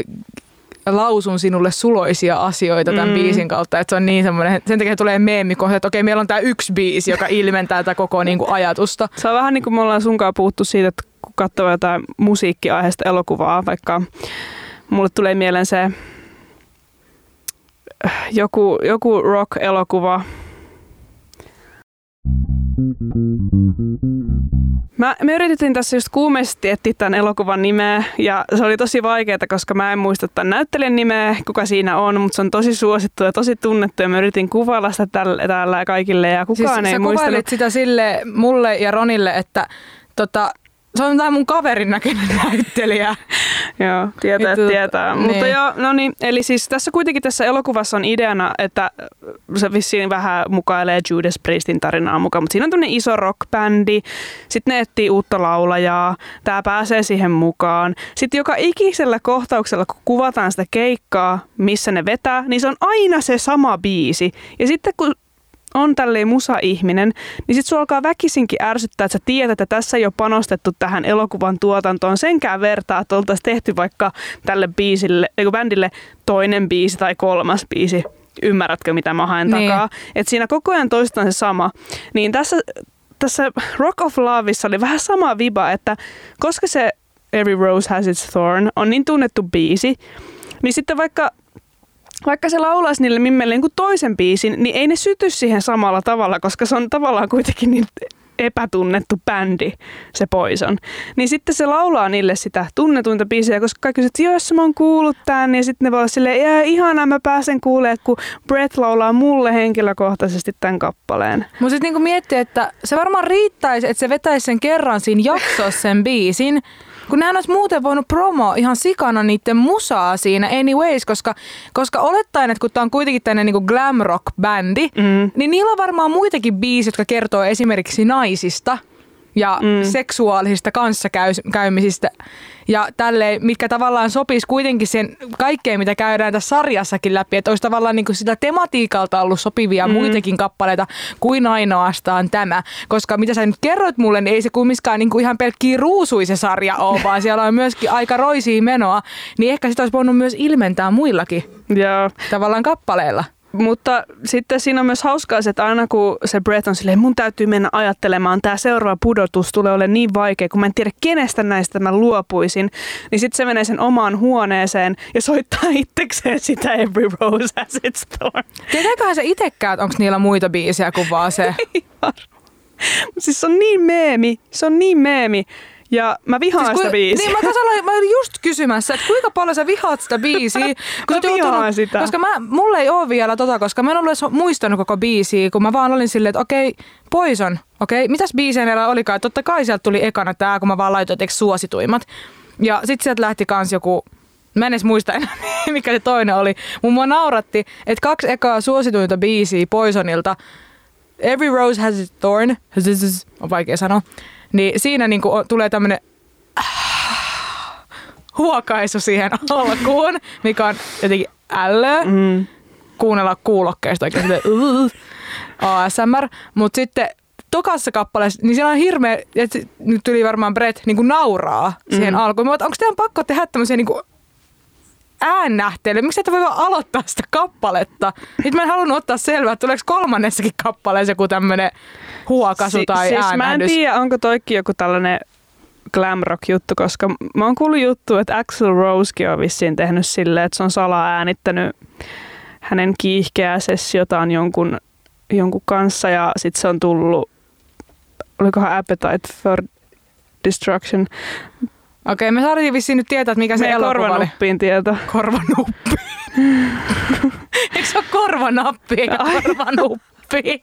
lausun sinulle suloisia asioita tämän biisin kautta, että se on niin semmoinen, sen takia tulee meemikohta, että okei, meillä on tää yksi biisi, joka ilmentää tätä koko niinku ajatusta. Se on vähän niin kuin me ollaan sunkaan puhuttu siitä, että kun katsoo jotain musiikkiaiheista elokuvaa, vaikka mulle tulee mieleen se joku rock-elokuva, Me yritettiin tässä just kuumeisesti etsiä tämän elokuvan nimeä ja se oli tosi vaikeaa, koska mä en muista tämän näyttelijän nimeä, kuka siinä on, mutta se on tosi suosittu ja tosi tunnettu ja me yritin kuvailla sitä täällä kaikille ja kukaan siis ei muistanut. Sä kuvailit sitä sille mulle ja Ronille, että se on tämä mun kaverin näköinen näyttelijä. Joo, tietää. Niin. Mutta joo, no niin, eli siis tässä elokuvassa on ideana, että se vissiin vähän mukailee Judas Priestin tarinaa mukaan, mutta siinä on tämmöinen iso rockbändi, sitten ne etsii uutta laulajaa, tää pääsee siihen mukaan. Sitten joka ikisellä kohtauksella, kun kuvataan sitä keikkaa, missä ne vetää, niin se on aina se sama biisi. Ja sitten kun on tälleen musa-ihminen, niin sit sua alkaa väkisinkin ärsyttää, että sä tiedät, että tässä ei ole panostettu tähän elokuvan tuotantoon senkään vertaa, että oltaisiin tehty vaikka tälle bändille toinen biisi tai kolmas biisi. Ymmärrätkö, mitä mä haen takaa? Että siinä koko ajan toistaan se sama. Niin tässä Rock of Loveissa oli vähän sama viba, että koska se Every Rose Has Its Thorn on niin tunnettu biisi, niin sitten vaikka se laulaisi niille mimmelle niin kuin toisen biisin, niin ei ne syty siihen samalla tavalla, koska se on tavallaan kuitenkin niin epätunnettu bändi, se Poison. Niin sitten se laulaa niille sitä tunnetuinta biisiä, koska kaikki kysyvät, että jos mä oon kuullut tän, niin sitten ne voi olla silleen, ihanaa mä pääsen kuulemaan, kun Brett laulaa mulle henkilökohtaisesti tämän kappaleen. Mutta sitten niinku miettii, että se varmaan riittäisi, että se vetäisi sen kerran siinä jaksossa sen biisin, kun nehän olisi muuten voinut promoa ihan sikana niiden musaa siinä anyways, koska olettaen, että kun tämä on kuitenkin tämmöinen niinku glam rock bändi, niin niillä on varmaan muitakin biisejä, jotka kertoo esimerkiksi naisista ja seksuaalisista kanssakäymisistä ja tälleen, mitkä tavallaan sopisi kuitenkin sen kaikkeen, mitä käydään tässä sarjassakin läpi, että olisi tavallaan niinku sitä tematiikalta ollut sopivia muitakin kappaleita kuin ainoastaan tämä, koska mitä sä nyt kerroit mulle, niin ei se kumminkaan niinku ihan pelkkiä ruusuisa sarja ole, vaan siellä on myöskin aika roisia menoa, niin ehkä sitä olisi voinut myös ilmentää muillakin tavallaan kappaleilla. Mutta sitten siinä on myös hauskaa se, että aina kun se Brett on silleen, mun täytyy mennä ajattelemaan, tämä seuraava pudotus tulee olemaan niin vaikea, kun mä en tiedä kenestä näistä mä luopuisin, niin sitten se menee sen omaan huoneeseen ja soittaa itsekseen sitä Every Rose Has Its Thorn. Tietääköhän se itsekään, että onko niillä muita biisejä kuin vaan se? Ei varmaan. Siis se on niin meemi. Ja mä vihaan sitä biisiä. Niin, mä olin just kysymässä, että kuinka paljon sä vihaat sitä biisiä. Mä vihaan sitä. Koska mulla ei ole vielä koska mä en ollut edes muistanut koko biisiä, kun mä vaan olin silleen, että okei, Poison, mitäs biisejä neillä olikaan? Totta kai sieltä tuli ekana tää, kun mä vaan laitoin suosituimmat. Ja sit sieltä lähti kans joku, mä en edes muista enää, mikä se toinen oli. Mua nauratti, että 2 ekaa suosituinta biisiä Poisonilta, Every Rose Has Its Thorn, on vaikea sanoa, niin siinä niinku tulee tämmönen huokaisu siihen alkuun, mikä on jotenkin kuunnella kuulokkeista oikein ASMR. Mutta sitten tokassa kappaleessa, niin siinä on hirveä, että nyt tuli varmaan Brett niinku nauraa siihen alkuun. Mutta onko teidän pakko tehdä tämmöisiä niinku äännähtelyä? Miksi et voi vaan aloittaa sitä kappaletta? Nyt mä en halunnut ottaa selvää, että tuleeko kolmannessakin kappaleessa joku tämmönen huokaisu tai äännähdys. Mä en tiedä, onko toikin joku tällainen glam rock juttu, koska mä oon kuullut juttu, että Axl Rosekin on vissiin tehnyt silleen, että se on salaa äänittänyt hänen kiihkeää sessiotaan jonkun kanssa ja sit se on tullut, olikohan Appetite for Destruction. Okei, me saatiin vissiin nyt tietää, että mikä se elokuva oli. Korvanuppiin tieto. Korvanuppi. Eikö se ole korvanappi eikä korvanuppi?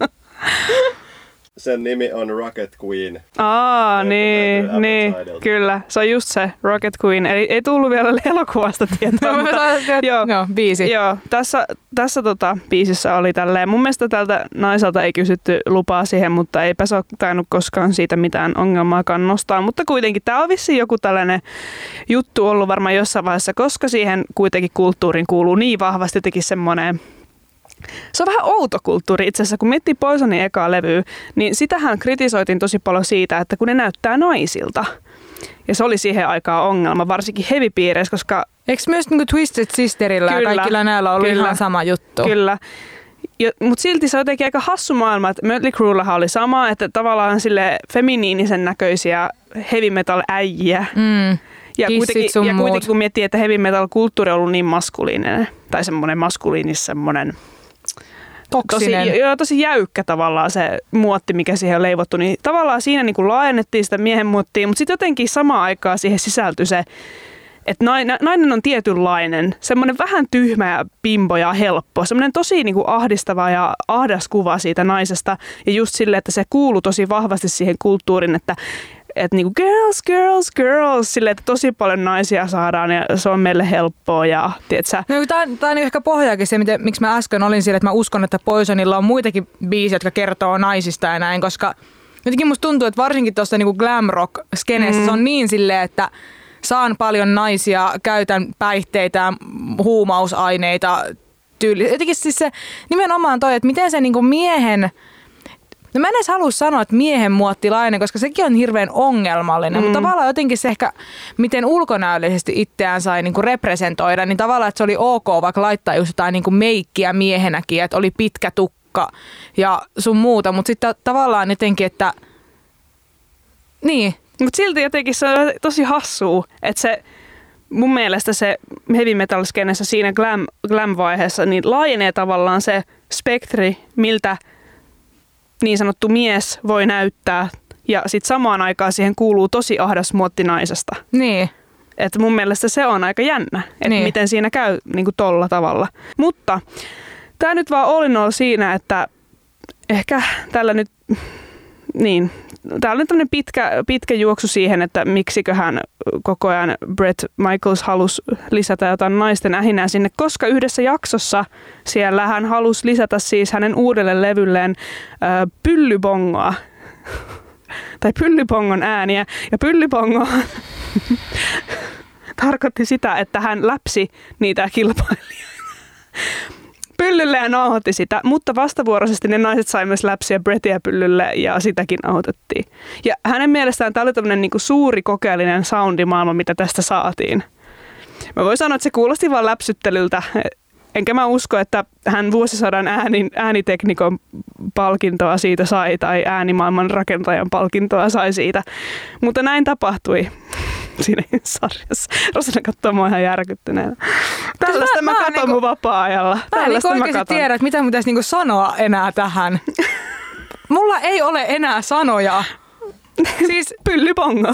Sen nimi on Rocket Queen. Niin, kyllä. Se on just se, Rocket Queen. Eli ei tullut vielä elokuvasta tietoa. Joo, biisi. Joo, tässä biisissä oli tälleen. Mun mielestä tältä naiselta ei kysytty lupaa siihen, mutta eipä se ole tainnut koskaan siitä mitään ongelmaakaan nostaa. Mutta kuitenkin tämä on vissiin joku tällainen juttu ollut varmaan jossain vaiheessa, koska siihen kuitenkin kulttuuriin kuuluu niin vahvasti jotenkin semmoinen. Se on vähän outo kulttuuri itse asiassa, kun miettii Poisonin ekaa levyä, niin sitähän kritisoitiin tosi paljon siitä, että kun ne näyttää naisilta. Ja se oli siihen aikaan ongelma, varsinkin heavy-piireissä, koska eikö myös niin kuin Twisted Sisterillä ja kaikilla näillä ollut ihan sama juttu? Kyllä. Mutta silti se on jotenkin aika hassu maailma, että Mötley Crüellahan oli sama, että tavallaan sille feminiinisen näköisiä heavy metal äijiä. Ja kuitenkin kun miettii, että heavy metal kulttuuri on ollut niin maskuliininen, tai semmoinen maskuliinis semmoinen tosi jäykkä tavallaan se muotti, mikä siihen on leivottu, niin tavallaan siinä niin kuin laajennettiin sitä miehen muottia, mutta sitten jotenkin samaan aikaan siihen sisältyi se, että nainen on tietynlainen, semmoinen vähän tyhmä ja pimpo ja helppo, semmoinen tosi niin kuin ahdistava ja ahdas kuva siitä naisesta ja just silleen, että se kuuluu tosi vahvasti siihen kulttuuriin, että niinku girls, silleen, että tosi paljon naisia saadaan ja se on meille helppoa ja tietsä. No, tämä on ehkä pohjaakin se, miksi mä äsken olin sille, että mä uskon, että Poisonilla on muitakin biisejä, jotka kertoo naisista ja näin, koska jotenkin musta tuntuu, että varsinkin tuossa niinku glam rock skeneessä se on niin silleen, että saan paljon naisia, käytän päihteitä, huumausaineita, jotenkin siis se nimenomaan toi, että miten se niinku miehen. No mä en edes halua sanoa, että miehen muottilainen, koska sekin on hirveän ongelmallinen, mutta tavallaan jotenkin se ehkä, miten ulkonäöllisesti itseään sai niinku representoida, niin tavallaan, että se oli ok vaikka laittaa just jotain niinku meikkiä miehenäkin, että oli pitkä tukka ja sun muuta, mutta sitten tavallaan jotenkin, että niin. Mutta silti jotenkin se on tosi hassua, että se mun mielestä se heavy metal skenessä siinä glam-vaiheessa niin laajenee tavallaan se spektri, miltä niin sanottu mies voi näyttää ja sitten samaan aikaan siihen kuuluu tosi ahdas muotti naisesta. Niin. Että mun mielestä se on aika jännä, että niin. Miten siinä käy niinku tolla tavalla. Mutta tää nyt vaan all in all siinä, että ehkä tällä nyt, niin, täällä on tämmöinen pitkä juoksu siihen, että miksiköhän koko ajan Bret Michaels halusi lisätä jotain naisten ähinää sinne, koska yhdessä jaksossa siellä hän halusi lisätä siis hänen uudelle levylleen pyllybongoa. Tai pyllybongon ääniä. Ja pyllybongo tarkoitti sitä, että hän läpsi niitä kilpailijoita pyllylle ja nauhoitti sitä, mutta vastavuoroisesti ne naiset sai myös läpsiä Brettiä pyllylle ja sitäkin nauhoitettiin. Ja hänen mielestään tämä oli tämmöinen niinku suuri kokeellinen soundimaailma, mitä tästä saatiin. Mä voin sanoa, että se kuulosti vaan läpsyttelyltä, enkä mä usko, että hän vuosisadan ääniteknikon palkintoa siitä sai tai äänimaailman rakentajan palkintoa sai siitä, mutta näin tapahtui. Siinä sarjassa. Rosanna katsoo mua ihan järkyttyneenä. Tällaista mä katon niinku, mun vapaa-ajalla. Mä en niinku oikeasti tiedä, että mitä mun pitäisi niinku sanoa enää tähän. Mulla ei ole enää sanoja. Siis pyllypongo.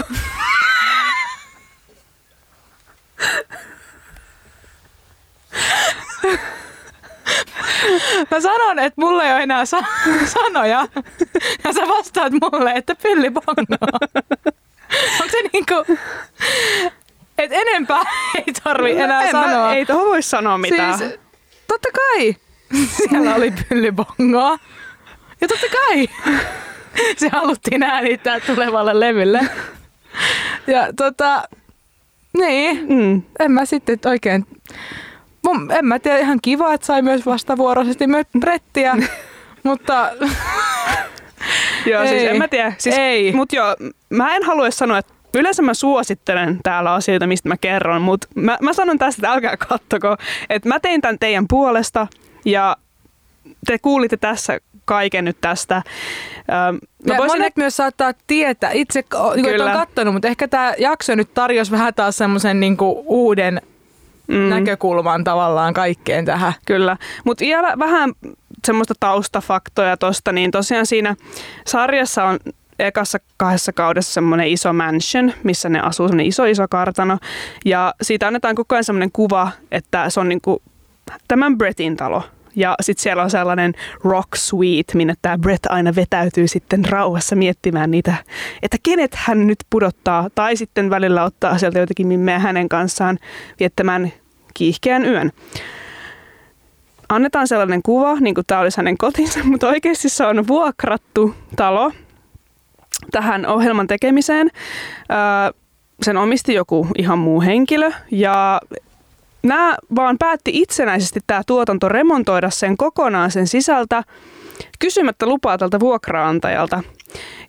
Mä sanon, että mulla ei ole enää sanoja. Ja sä vastaat mulle, että pyllypongo. Onko se niinku, että enempää ei tarvi enää sanoa? Ei tohon voi sanoa mitään. Siis, totta kai siellä oli pyllybongoa. Ja totta kai se haluttiin äänittää tulevalle levylle. Ja niin, en mä sitten oikein, en mä tiedä, ihan kiva, että sai myös vastavuoroisesti myös Brettiä, mutta joo, siis en mä tiedä. Siis, ei. Mut joo, mä en halua sanoa, että yleensä mä suosittelen täällä asioita, mistä mä kerron, mutta mä sanon tästä, että älkää kattoko, että mä tein tämän teidän puolesta ja te kuulitte tässä kaiken nyt tästä. Monet myös saattaa tietää, itse että on kattonut, mutta ehkä tämä jakso nyt tarjosi vähän taas semmoisen niinku uuden näkökulman tavallaan kaikkeen tähän. Kyllä, mutta vielä vähän semmoista taustafaktoja tosta, niin tosiaan siinä sarjassa on ekassa 2 kaudessa semmoinen iso mansion, missä ne asuu, semmoinen iso kartano. Ja siitä annetaan koko ajan semmoinen kuva, että se on niinku tämän Brettin talo. Ja sitten siellä on sellainen rock suite, minne tämä Bret aina vetäytyy sitten rauhassa miettimään niitä, että kenet hän nyt pudottaa. Tai sitten välillä ottaa sieltä jotenkin mimmeä hänen kanssaan viettämään kiihkeän yön. Annetaan sellainen kuva, niin kuin tämä olisi hänen kotinsa, mutta oikeasti se on vuokrattu talo tähän ohjelman tekemiseen. Sen omisti joku ihan muu henkilö ja nämä vaan päätti itsenäisesti tämä tuotanto remontoida sen kokonaan sen sisältä kysymättä lupaa tältä vuokraantajalta.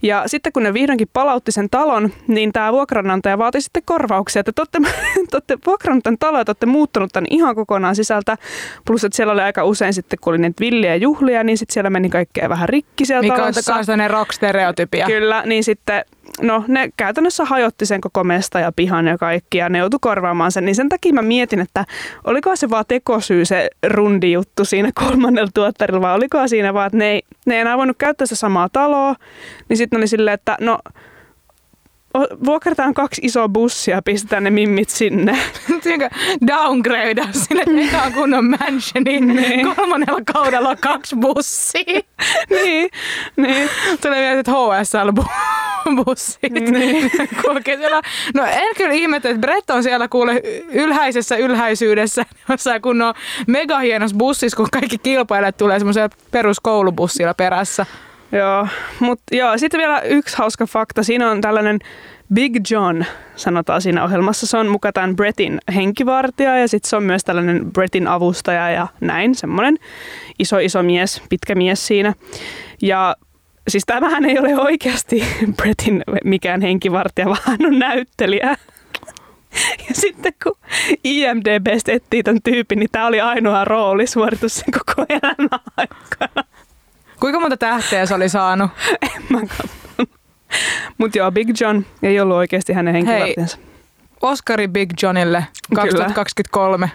Ja sitten kun ne vihdoinkin palautti sen talon, niin tämä vuokranantaja vaati sitten korvauksia, että te olette vuokrannut tämän talon ja te olette muuttanut tämän ihan kokonaan sisältä. Plus, että siellä oli aika usein sitten, kun oli niitä villejä juhlia, niin sitten siellä meni kaikkea vähän rikki siellä talossa. Mikä on sellainen rock-stereotypia. Kyllä, niin sitten ne käytännössä hajotti sen koko mesta ja pihan ja kaikki ja ne joutui korvaamaan sen. Niin sen takia mä mietin, että oliko se vaan tekosyy se rundi juttu siinä 3. tuottarilla vai oliko siinä vaan, että ne ei enää voinut käyttää sitä samaa taloa. Niin sitten oli silleen, että vuokrataan 2 isoa bussia ja pistetään ne mimmit sinne. Downgrade sinne, että eka on kunnon mansioni. 3. kaudella on 2 bussia. niin. Tulee vielä, että HSL-bussit. Niin. Kulkee siellä. No en kyllä ihmettä, että Brett on siellä kuule ylhäisessä ylhäisyydessä jossain kunnon megahienossa bussissa, kun kaikki kilpailijat tulee semmoisella peruskoulubussilla perässä. Joo, mutta sitten vielä yksi hauska fakta. Siinä on tällainen Big John, sanotaan siinä ohjelmassa. Se on mukaan tämän Brettin henkivartija ja sitten se on myös tällainen Brettin avustaja ja näin. Semmoinen iso mies, pitkä mies siinä. Ja siis tämähän ei ole oikeasti Brettin mikään henkivartija, vaan hän on näyttelijä. Ja sitten kun IMDb:stä etsii tämän tyypin, niin tämä oli ainoa roolisuoritus sen koko elämän aikana. Kuinka monta tähteä se oli saanut? En mä katsonut. Mutta joo, Big John ei ollut oikeasti hänen henkivartijansa. Hei, Oscari Big Johnille 2023.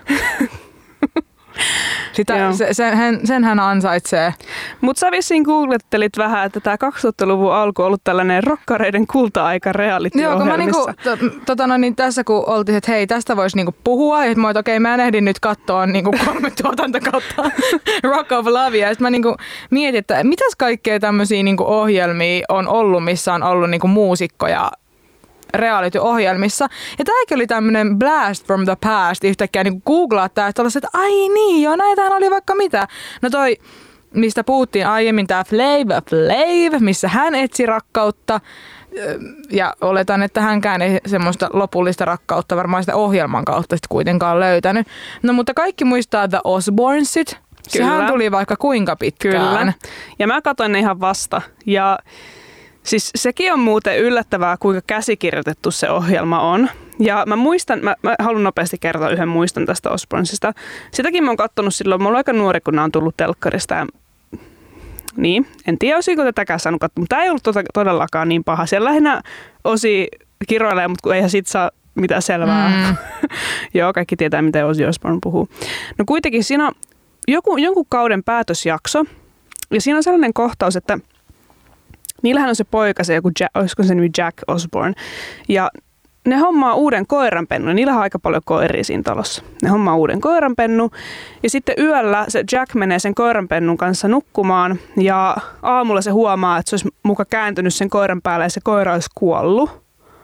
Sen hän ansaitsee. Mutta sä vissiin googlettelit vähän, että tämä 2000-luvun alku on ollut tällainen rokkareiden kulta-aika reality-ohjelmissa. Joo, kun mä tässä kun oltiin, että hei, tästä voisi niinku puhua, ja mä okei, mä en ehdi nyt katsoa niinku 3 tuotantokautta Rock of Love, ja sitten mä niinku mietin, että mitäs kaikkea tämmöisiä niinku ohjelmia on ollut, missä on ollut niinku muusikkoja reality-ohjelmissa. Ja tämäkin oli tämmöinen blast from the past. Yhtäkkiä niin googlaa tää, että että ai niin, joo, näitähän oli vaikka mitä. No toi, mistä puhuttiin aiemmin, tää Flav, missä hän etsi rakkautta. Ja oletan, että hänkään ei semmoista lopullista rakkautta varmaan sitä ohjelman kautta sitten kuitenkaan löytänyt. No mutta kaikki muistaa The Osbournesit. Sehän tuli vaikka kuinka pitkään. Kyllä. Ja mä katsoin ne ihan vasta. Ja siis sekin on muuten yllättävää, kuinka käsikirjoitettu se ohjelma on. Ja mä muistan, mä haluan nopeasti kertoa yhden muiston tästä Osbournesista. Sitäkin mä oon katsonut silloin, mä olin aika nuori, kun nämä on tullut telkkarista. Ja niin, en tiedä, olisiko tätäkään saanut katsoa, mutta tämä ei ollut todellakaan niin paha. Siellä lähinnä Osi kiroilee, mutta eihän siitä saa mitään selvää. Joo, kaikki tietää, miten Ozzy Osbourne puhuu. No kuitenkin siinä on jonkun kauden päätösjakso, ja siinä on sellainen kohtaus, että niillähän on se poika, se joku olisiko se nimi Jack Osbourne, ja ne hommaa uuden koiranpennun. Niillähän on aika paljon koiria siinä talossa. Ne hommaa uuden koiranpennun. Ja sitten yöllä se Jack menee sen koiranpennun kanssa nukkumaan. Ja aamulla se huomaa, että se olisi muka kääntynyt sen koiran päälle ja se koira olisi kuollut.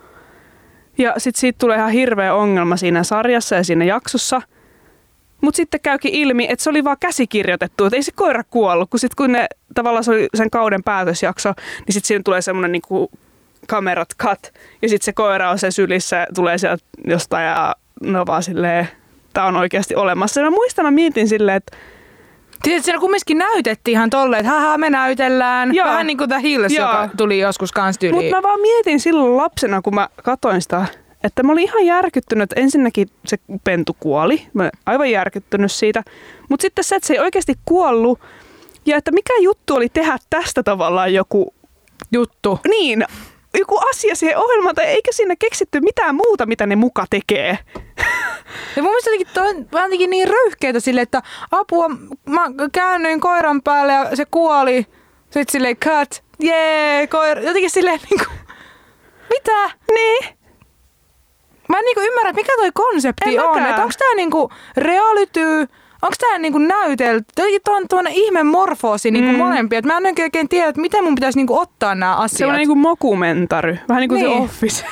Ja sitten siitä tulee ihan hirveä ongelma siinä sarjassa ja siinä jaksossa. Mutta sitten käykin ilmi, että se oli vaan käsikirjoitettu, että ei se koira kuollut. Kun ne tavallaan se oli sen kauden päätösjakso, niin sitten siinä tulee semmoinen niinku kamerat cut, ja sitten se koira on sen sylissä, tulee sieltä jostain, ja no vaan silleen, tää on oikeasti olemassa. Ja mä mietin silleen, että tietysti siellä kumminkin näytettiin ihan tolleen, että haha, me näytellään. Joo. Vähän niin kuin The Hills, joka tuli joskus kans tyyliin. Mutta mä vaan mietin silloin lapsena, kun mä katsoin sitä, että mä olin ihan järkyttynyt, että ensinnäkin se pentu kuoli. Mä olin aivan järkyttynyt siitä. Mutta sitten se, että se ei oikeasti kuollut, ja että mikä juttu oli tehdä tästä tavallaan joku juttu. Niin, joku asia siihen ohjelmaan, tai eikä siinä keksitty mitään muuta, mitä ne muka tekee. Ja mun mielestä toi on jotenkin niin röyhkeetä silleen, että apua, mä käännyin koiran päälle ja se kuoli. Sitten silleen cut, jee, koira. Jotenkin silleen niinku, mitä? Niin. Mä en niinku ymmärrä, että mikä toi konsepti on. Että onks tää niinku reality, onks tää niinku näytelty? Tuo on tuonne ihme morfoosi niinku molempia. Et mä en oikein tiedä, että miten mun pitäisi niinku ottaa nämä asiat. Se on niinku mokumentary. Vähän niin kuin niin. The Office.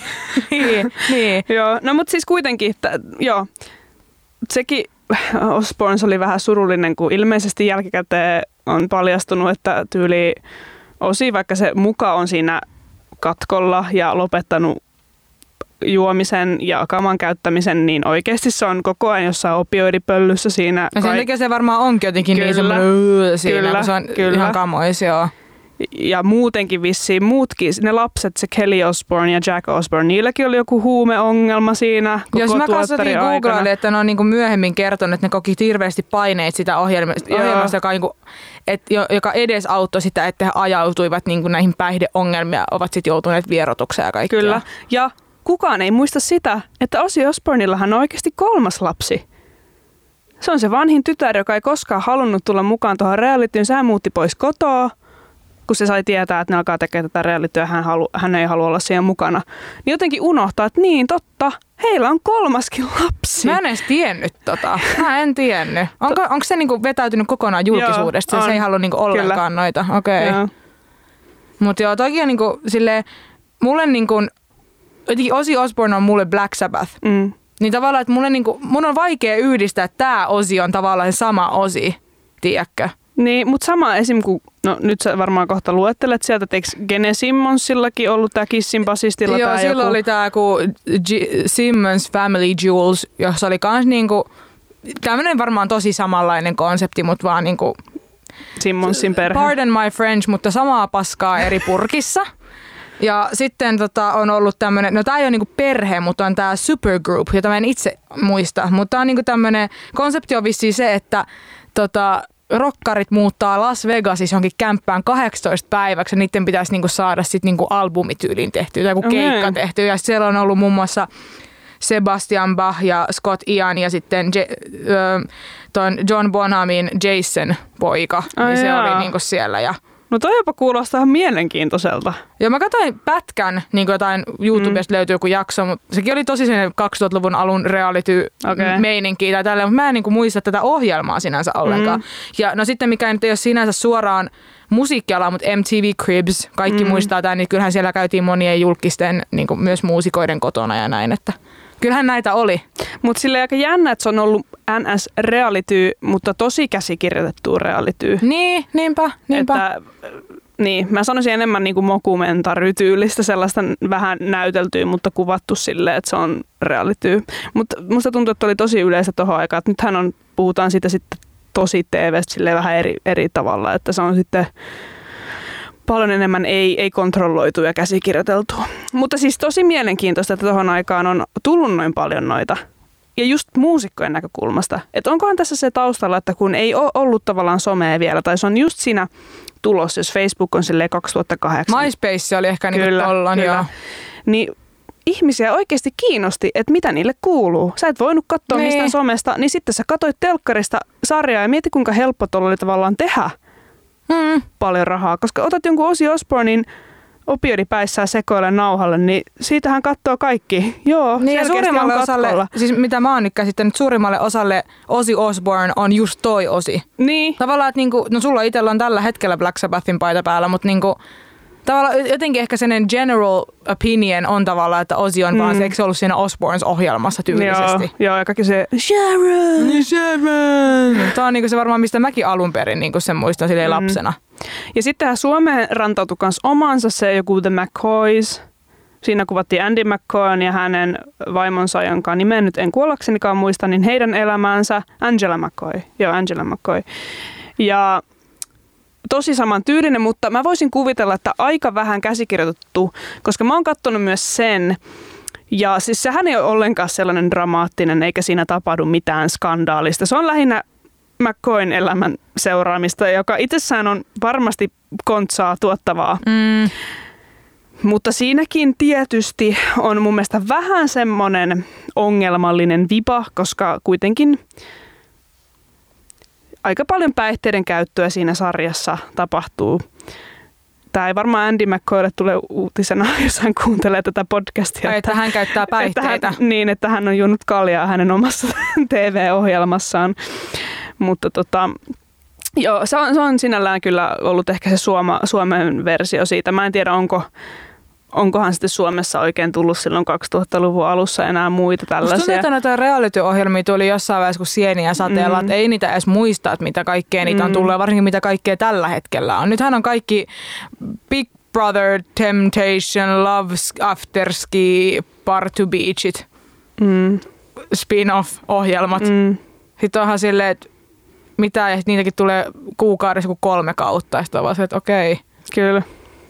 niin. Joo, no mut siis kuitenkin, joo. Sekin Osbournes oli vähän surullinen, kun ilmeisesti jälkikäteen on paljastunut, että tyyli Ozzy, vaikka se muka on siinä katkolla ja lopettanut juomisen ja kaman käyttämisen, niin oikeasti se on koko ajan jossain opioidipöllyssä siinä. Ja sen takia se varmaan onkin jotenkin kyllä, niin semmoinen siinä, kun se on ihan kamois, joo. ja muutenkin vissiin muutkin, ne lapset, se Kelly Osbourne ja Jack Osbourne, niilläkin oli joku huumeongelma siinä koko jos mä tuottarin aikana. Googlailin, että ne on niinku myöhemmin kertonut, että ne koki hirveästi paineita sitä ohjelmasta joka edesauttoi sitä, että he ajautuivat niinku näihin päihdeongelmiin ja ovat sitten joutuneet vierotukseen ja kaikkea. Kyllä, ja kukaan ei muista sitä, että Ozzy Osbournellahan on oikeasti 3. lapsi. Se on se vanhin tytär, joka ei koskaan halunnut tulla mukaan tuohon realityyn. Sehän muutti pois kotoa, kun se sai tietää, että ne alkaa tekemään tätä realityä, hän ei halua olla siihen mukana. Niin jotenkin unohtaa, että niin totta, heillä on 3. lapsi. Mä en edes tiennyt tota. Mä en tiennyt. Onko se niinku vetäytynyt kokonaan julkisuudesta? Joo, se ei halua niinku ollenkaan noita. Okei. Okay. Mutta joo, toki on niinku silleen, mulle niinku, jotenkin Ozzy Osbourne on mulle Black Sabbath. Niin tavallaan, että mun on vaikea yhdistää, että tää Ozzy on tavallaan sama Ozzy, tiedätkö? Niin, mutta sama esim. Kun, no nyt sä varmaan kohta luettelet sieltä, että eikö Gene Simmonsillakin ollut tää Kissin basistilla? Joo, silloin oli tää Simmons Family Jewels, jossa oli kans niinku, tämmönen varmaan tosi samanlainen konsepti, mutta vaan niinku Simmonsin perhe. Pardon my French, mutta samaa paskaa eri purkissa. Ja sitten on ollut tämmönen, no tää ei ole niinku perhe, mutta on tää supergroup, jota mä en itse muista. Mutta tää on niinku tämmönen, konsepti on vissiin se, että rokkarit muuttaa Las Vegasissa johonkin kämppään 18 päiväksi ja niiden pitäisi niinku saada sit niinku albumityyliin tehtyä tai joku keikka tehtyä. Ja siellä on ollut muun muassa Sebastian Bach ja Scott Ian ja sitten ton John Bonhamin Jason poika, niin se oli niinku siellä ja no toi jopa kuulostaa ihan mielenkiintoiselta. Joo, mä katsoin pätkän, niin kuin jotain YouTubesta löytyy joku jakso, mutta sekin oli tosi sellainen 2000-luvun alun reality-meininkiä tai tälleen, mutta mä en niin kuin muista tätä ohjelmaa sinänsä ollenkaan. Ja no sitten mikä nyt ei ole sinänsä suoraan musiikkiala, mutta MTV Cribs, kaikki muistaa tämän, niin kyllähän siellä käytiin monien julkisten niin kuin myös muusikoiden kotona ja näin, että kyllähän näitä oli. Mutta silleen aika jännä, että se on ollut NS-reality, mutta tosi käsikirjoitettua reality. Niin, niinpä. Että, niin, mä sanoisin enemmän niin kuin mockumentary-tyylistä, sellaista vähän näyteltyä, mutta kuvattu silleen, että se on reality. Mutta musta tuntuu, että oli tosi yleistä tohon aikaan, että nythän puhutaan siitä sitten tosi TV:stä silleen vähän eri tavalla, että se on sitten paljon enemmän ei kontrolloitu ja käsikirjoiteltu. Mutta siis tosi mielenkiintoista, että tuohon aikaan on tullut noin paljon noita. Ja just muusikkojen näkökulmasta. Että onkohan tässä se taustalla, että kun ei ole ollut tavallaan somea vielä, tai se on just siinä tulossa, jos Facebook on silleen 2008. MySpace oli ehkä niin kuin tollan, joo. Niin ihmisiä oikeasti kiinnosti, että mitä niille kuuluu. Sä et voinut katsoa mistään somesta, niin sitten sä katsoit telkkarista sarjaa ja mieti kuinka helppo tuolla oli tavallaan tehdä paljon rahaa. Koska otat jonkun Ozzy Osbournein opioidipäissään sekoille nauhalle, niin siitähän katsoo kaikki. Joo, niin ja suurimmalle osalle, siis mitä mä oon nyt käsittänyt, suurimmalle osalle Ozzy Osbourne on just toi Ozzy. Niin. Tavallaan, että niinku, no sulla itsellä on tällä hetkellä Black Sabbathin paita päällä, mutta niinku, tavallaan jotenkin ehkä sellainen general opinion on tavallaan, että Ozzy on vaan se, eikö se ollut siinä Osbournes ohjelmassa tyylisesti? Joo, ja kaikki se Sharon! Tämä on niinku se varmaan, mistä mäkin alun perin niinku sen muistan silleen lapsena. Ja sittenhän Suomeen rantautui myös omansa se joku The McCoys. Siinä kuvattiin Andy McCoyn ja hänen vaimonsa, jonka nimen nyt en kuollaksenikaan muista, niin heidän elämäänsä Angela McCoy. Ja tosi saman tyylinen, mutta mä voisin kuvitella, että aika vähän käsikirjoitettu, koska mä oon katsonut myös sen. Ja siis sehän ei ole ollenkaan sellainen dramaattinen, eikä siinä tapahdu mitään skandaalista. Se on lähinnä McCoyn elämän seuraamista, joka itsessään on varmasti kontsaa tuottavaa. Mutta siinäkin tietysti on mun mielestä vähän semmoinen ongelmallinen viba, koska kuitenkin aika paljon päihteiden käyttöä siinä sarjassa tapahtuu. Tämä ei varmaan Andy McCoylle tule uutisena, jos hän kuuntelee tätä podcastia. Että hän käyttää päihteitä. Että hän on juonut kaljaa hänen omassa TV-ohjelmassaan. Mutta joo, se on sinällään kyllä ollut ehkä se Suomen versio siitä. Mä en tiedä, onkohan sitten Suomessa oikein tullut silloin 2000-luvun alussa enää muita tällaisia. Musta tuntuu, että näitä reality-ohjelmia tuli jossain vaiheessa kuin sieniä sateella, että ei niitä edes muista, että mitä kaikkea niitä on tullut ja varsinkin mitä kaikkea tällä hetkellä on. Nythän on kaikki Big Brother, Temptation, Love, Afterski, Bar to Beachit, spin-off-ohjelmat. Sitten onhan silleen, että mitä, ja niitäkin tulee kuukaudessa kuin 3 kautta, ja sitten on vaan se, että okei. Kyllä.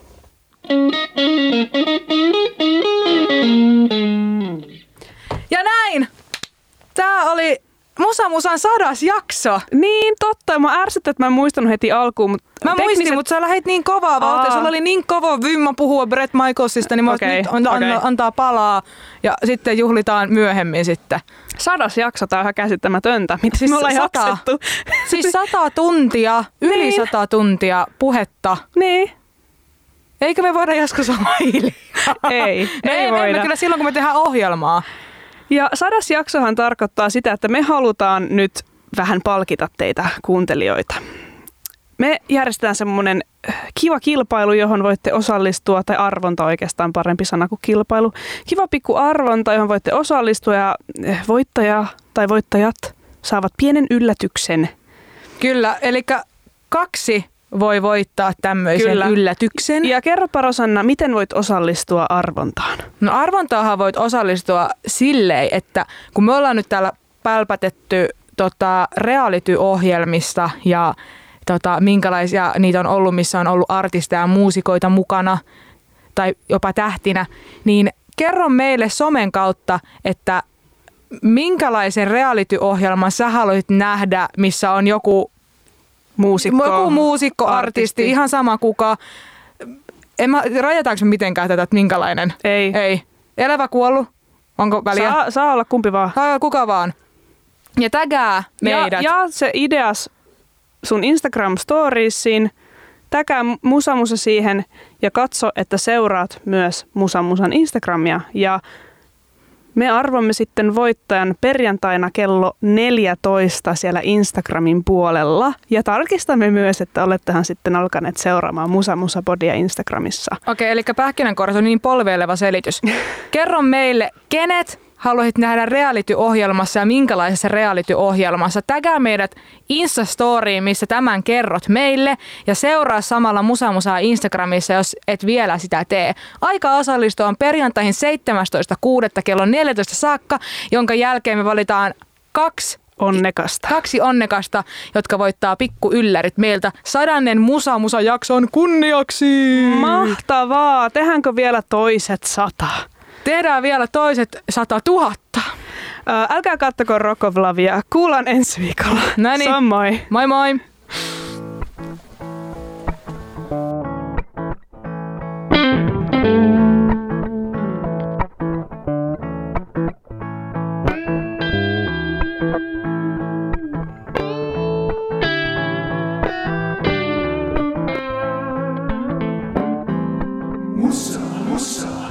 Ja näin! Tää oli Musan 100. jakso. Niin, totta. Mä ärsyttä, että mä en muistanut heti alkuun. Mä muistin, mutta sä lähdit niin kovaa vauhtia. Sulla oli niin kova vymma puhua Bret Michaelsista, niin mä nyt antaa palaa. Ja sitten juhlitaan myöhemmin sitten. 100. jakso, tää on ihan käsittämätöntä. Mitä siis me ollaan jaksettu? Siis 100 tuntia, yli 100 tuntia puhetta. Niin. Eikö me voida joskus olla hiljaa? Ei voida. Me kyllä silloin, kun me tehdään ohjelmaa. Ja 100. jaksohan tarkoittaa sitä, että me halutaan nyt vähän palkita teitä kuuntelijoita. Me järjestetään semmoinen kiva kilpailu, johon voitte osallistua, tai arvonta oikeastaan parempi sana kuin kilpailu. Kiva pikku arvonta, johon voitte osallistua ja voittaja tai voittajat saavat pienen yllätyksen. Kyllä, eli 2 voi voittaa tämmöisen yllätyksen. Ja kerropa Rosanna, miten voit osallistua arvontaan? No arvontaahan voit osallistua silleen, että kun me ollaan nyt täällä pälpätetty reality-ohjelmista ja minkälaisia niitä on ollut, missä on ollut artisteja ja muusikoita mukana tai jopa tähtinä, niin kerro meille somen kautta, että minkälaisen reality-ohjelman sä haluaisit nähdä, missä on joku muusikko, artisti, ihan sama kuka. Rajataanko me mitenkään tätä, että minkälainen? Ei. Elävä, kuollut? Onko väliä? Saa olla kumpi vaan. Saa olla kuka vaan. Ja tägää meidät. Ja se ideas sun Instagram-storiesiin, tägää Musa siihen ja katso, että seuraat myös Musan Instagramia. Ja me arvomme sitten voittajan perjantaina kello 14 siellä Instagramin puolella. Ja tarkistamme myös, että olettehan sitten alkaneet seuraamaan Musa-podia Instagramissa. Okei, eli pähkinänkuoressa on niin polveileva selitys. Kerro meille, kenet haluaisit nähdä reality-ohjelmassa ja minkälaisessa reality-ohjelmassa. Tägää meidät Instastoriin, missä tämän kerrot meille ja seuraa samalla Musaa Instagramissa, jos et vielä sitä tee. Aika osallistua on perjantaihin 17.6. kello 14 saakka, jonka jälkeen me valitaan 2 onnekasta, jotka voittaa pikku yllärit meiltä 100. Musa-jakson kunniaksi. Mahtavaa! Tehdäänkö vielä toiset 100? Tehdään vielä toiset 100 000. Älkää kattoko Rock of Lovea. Kuullaan ensi viikolla. Noniin. Se on moi. Moi moi. Musa.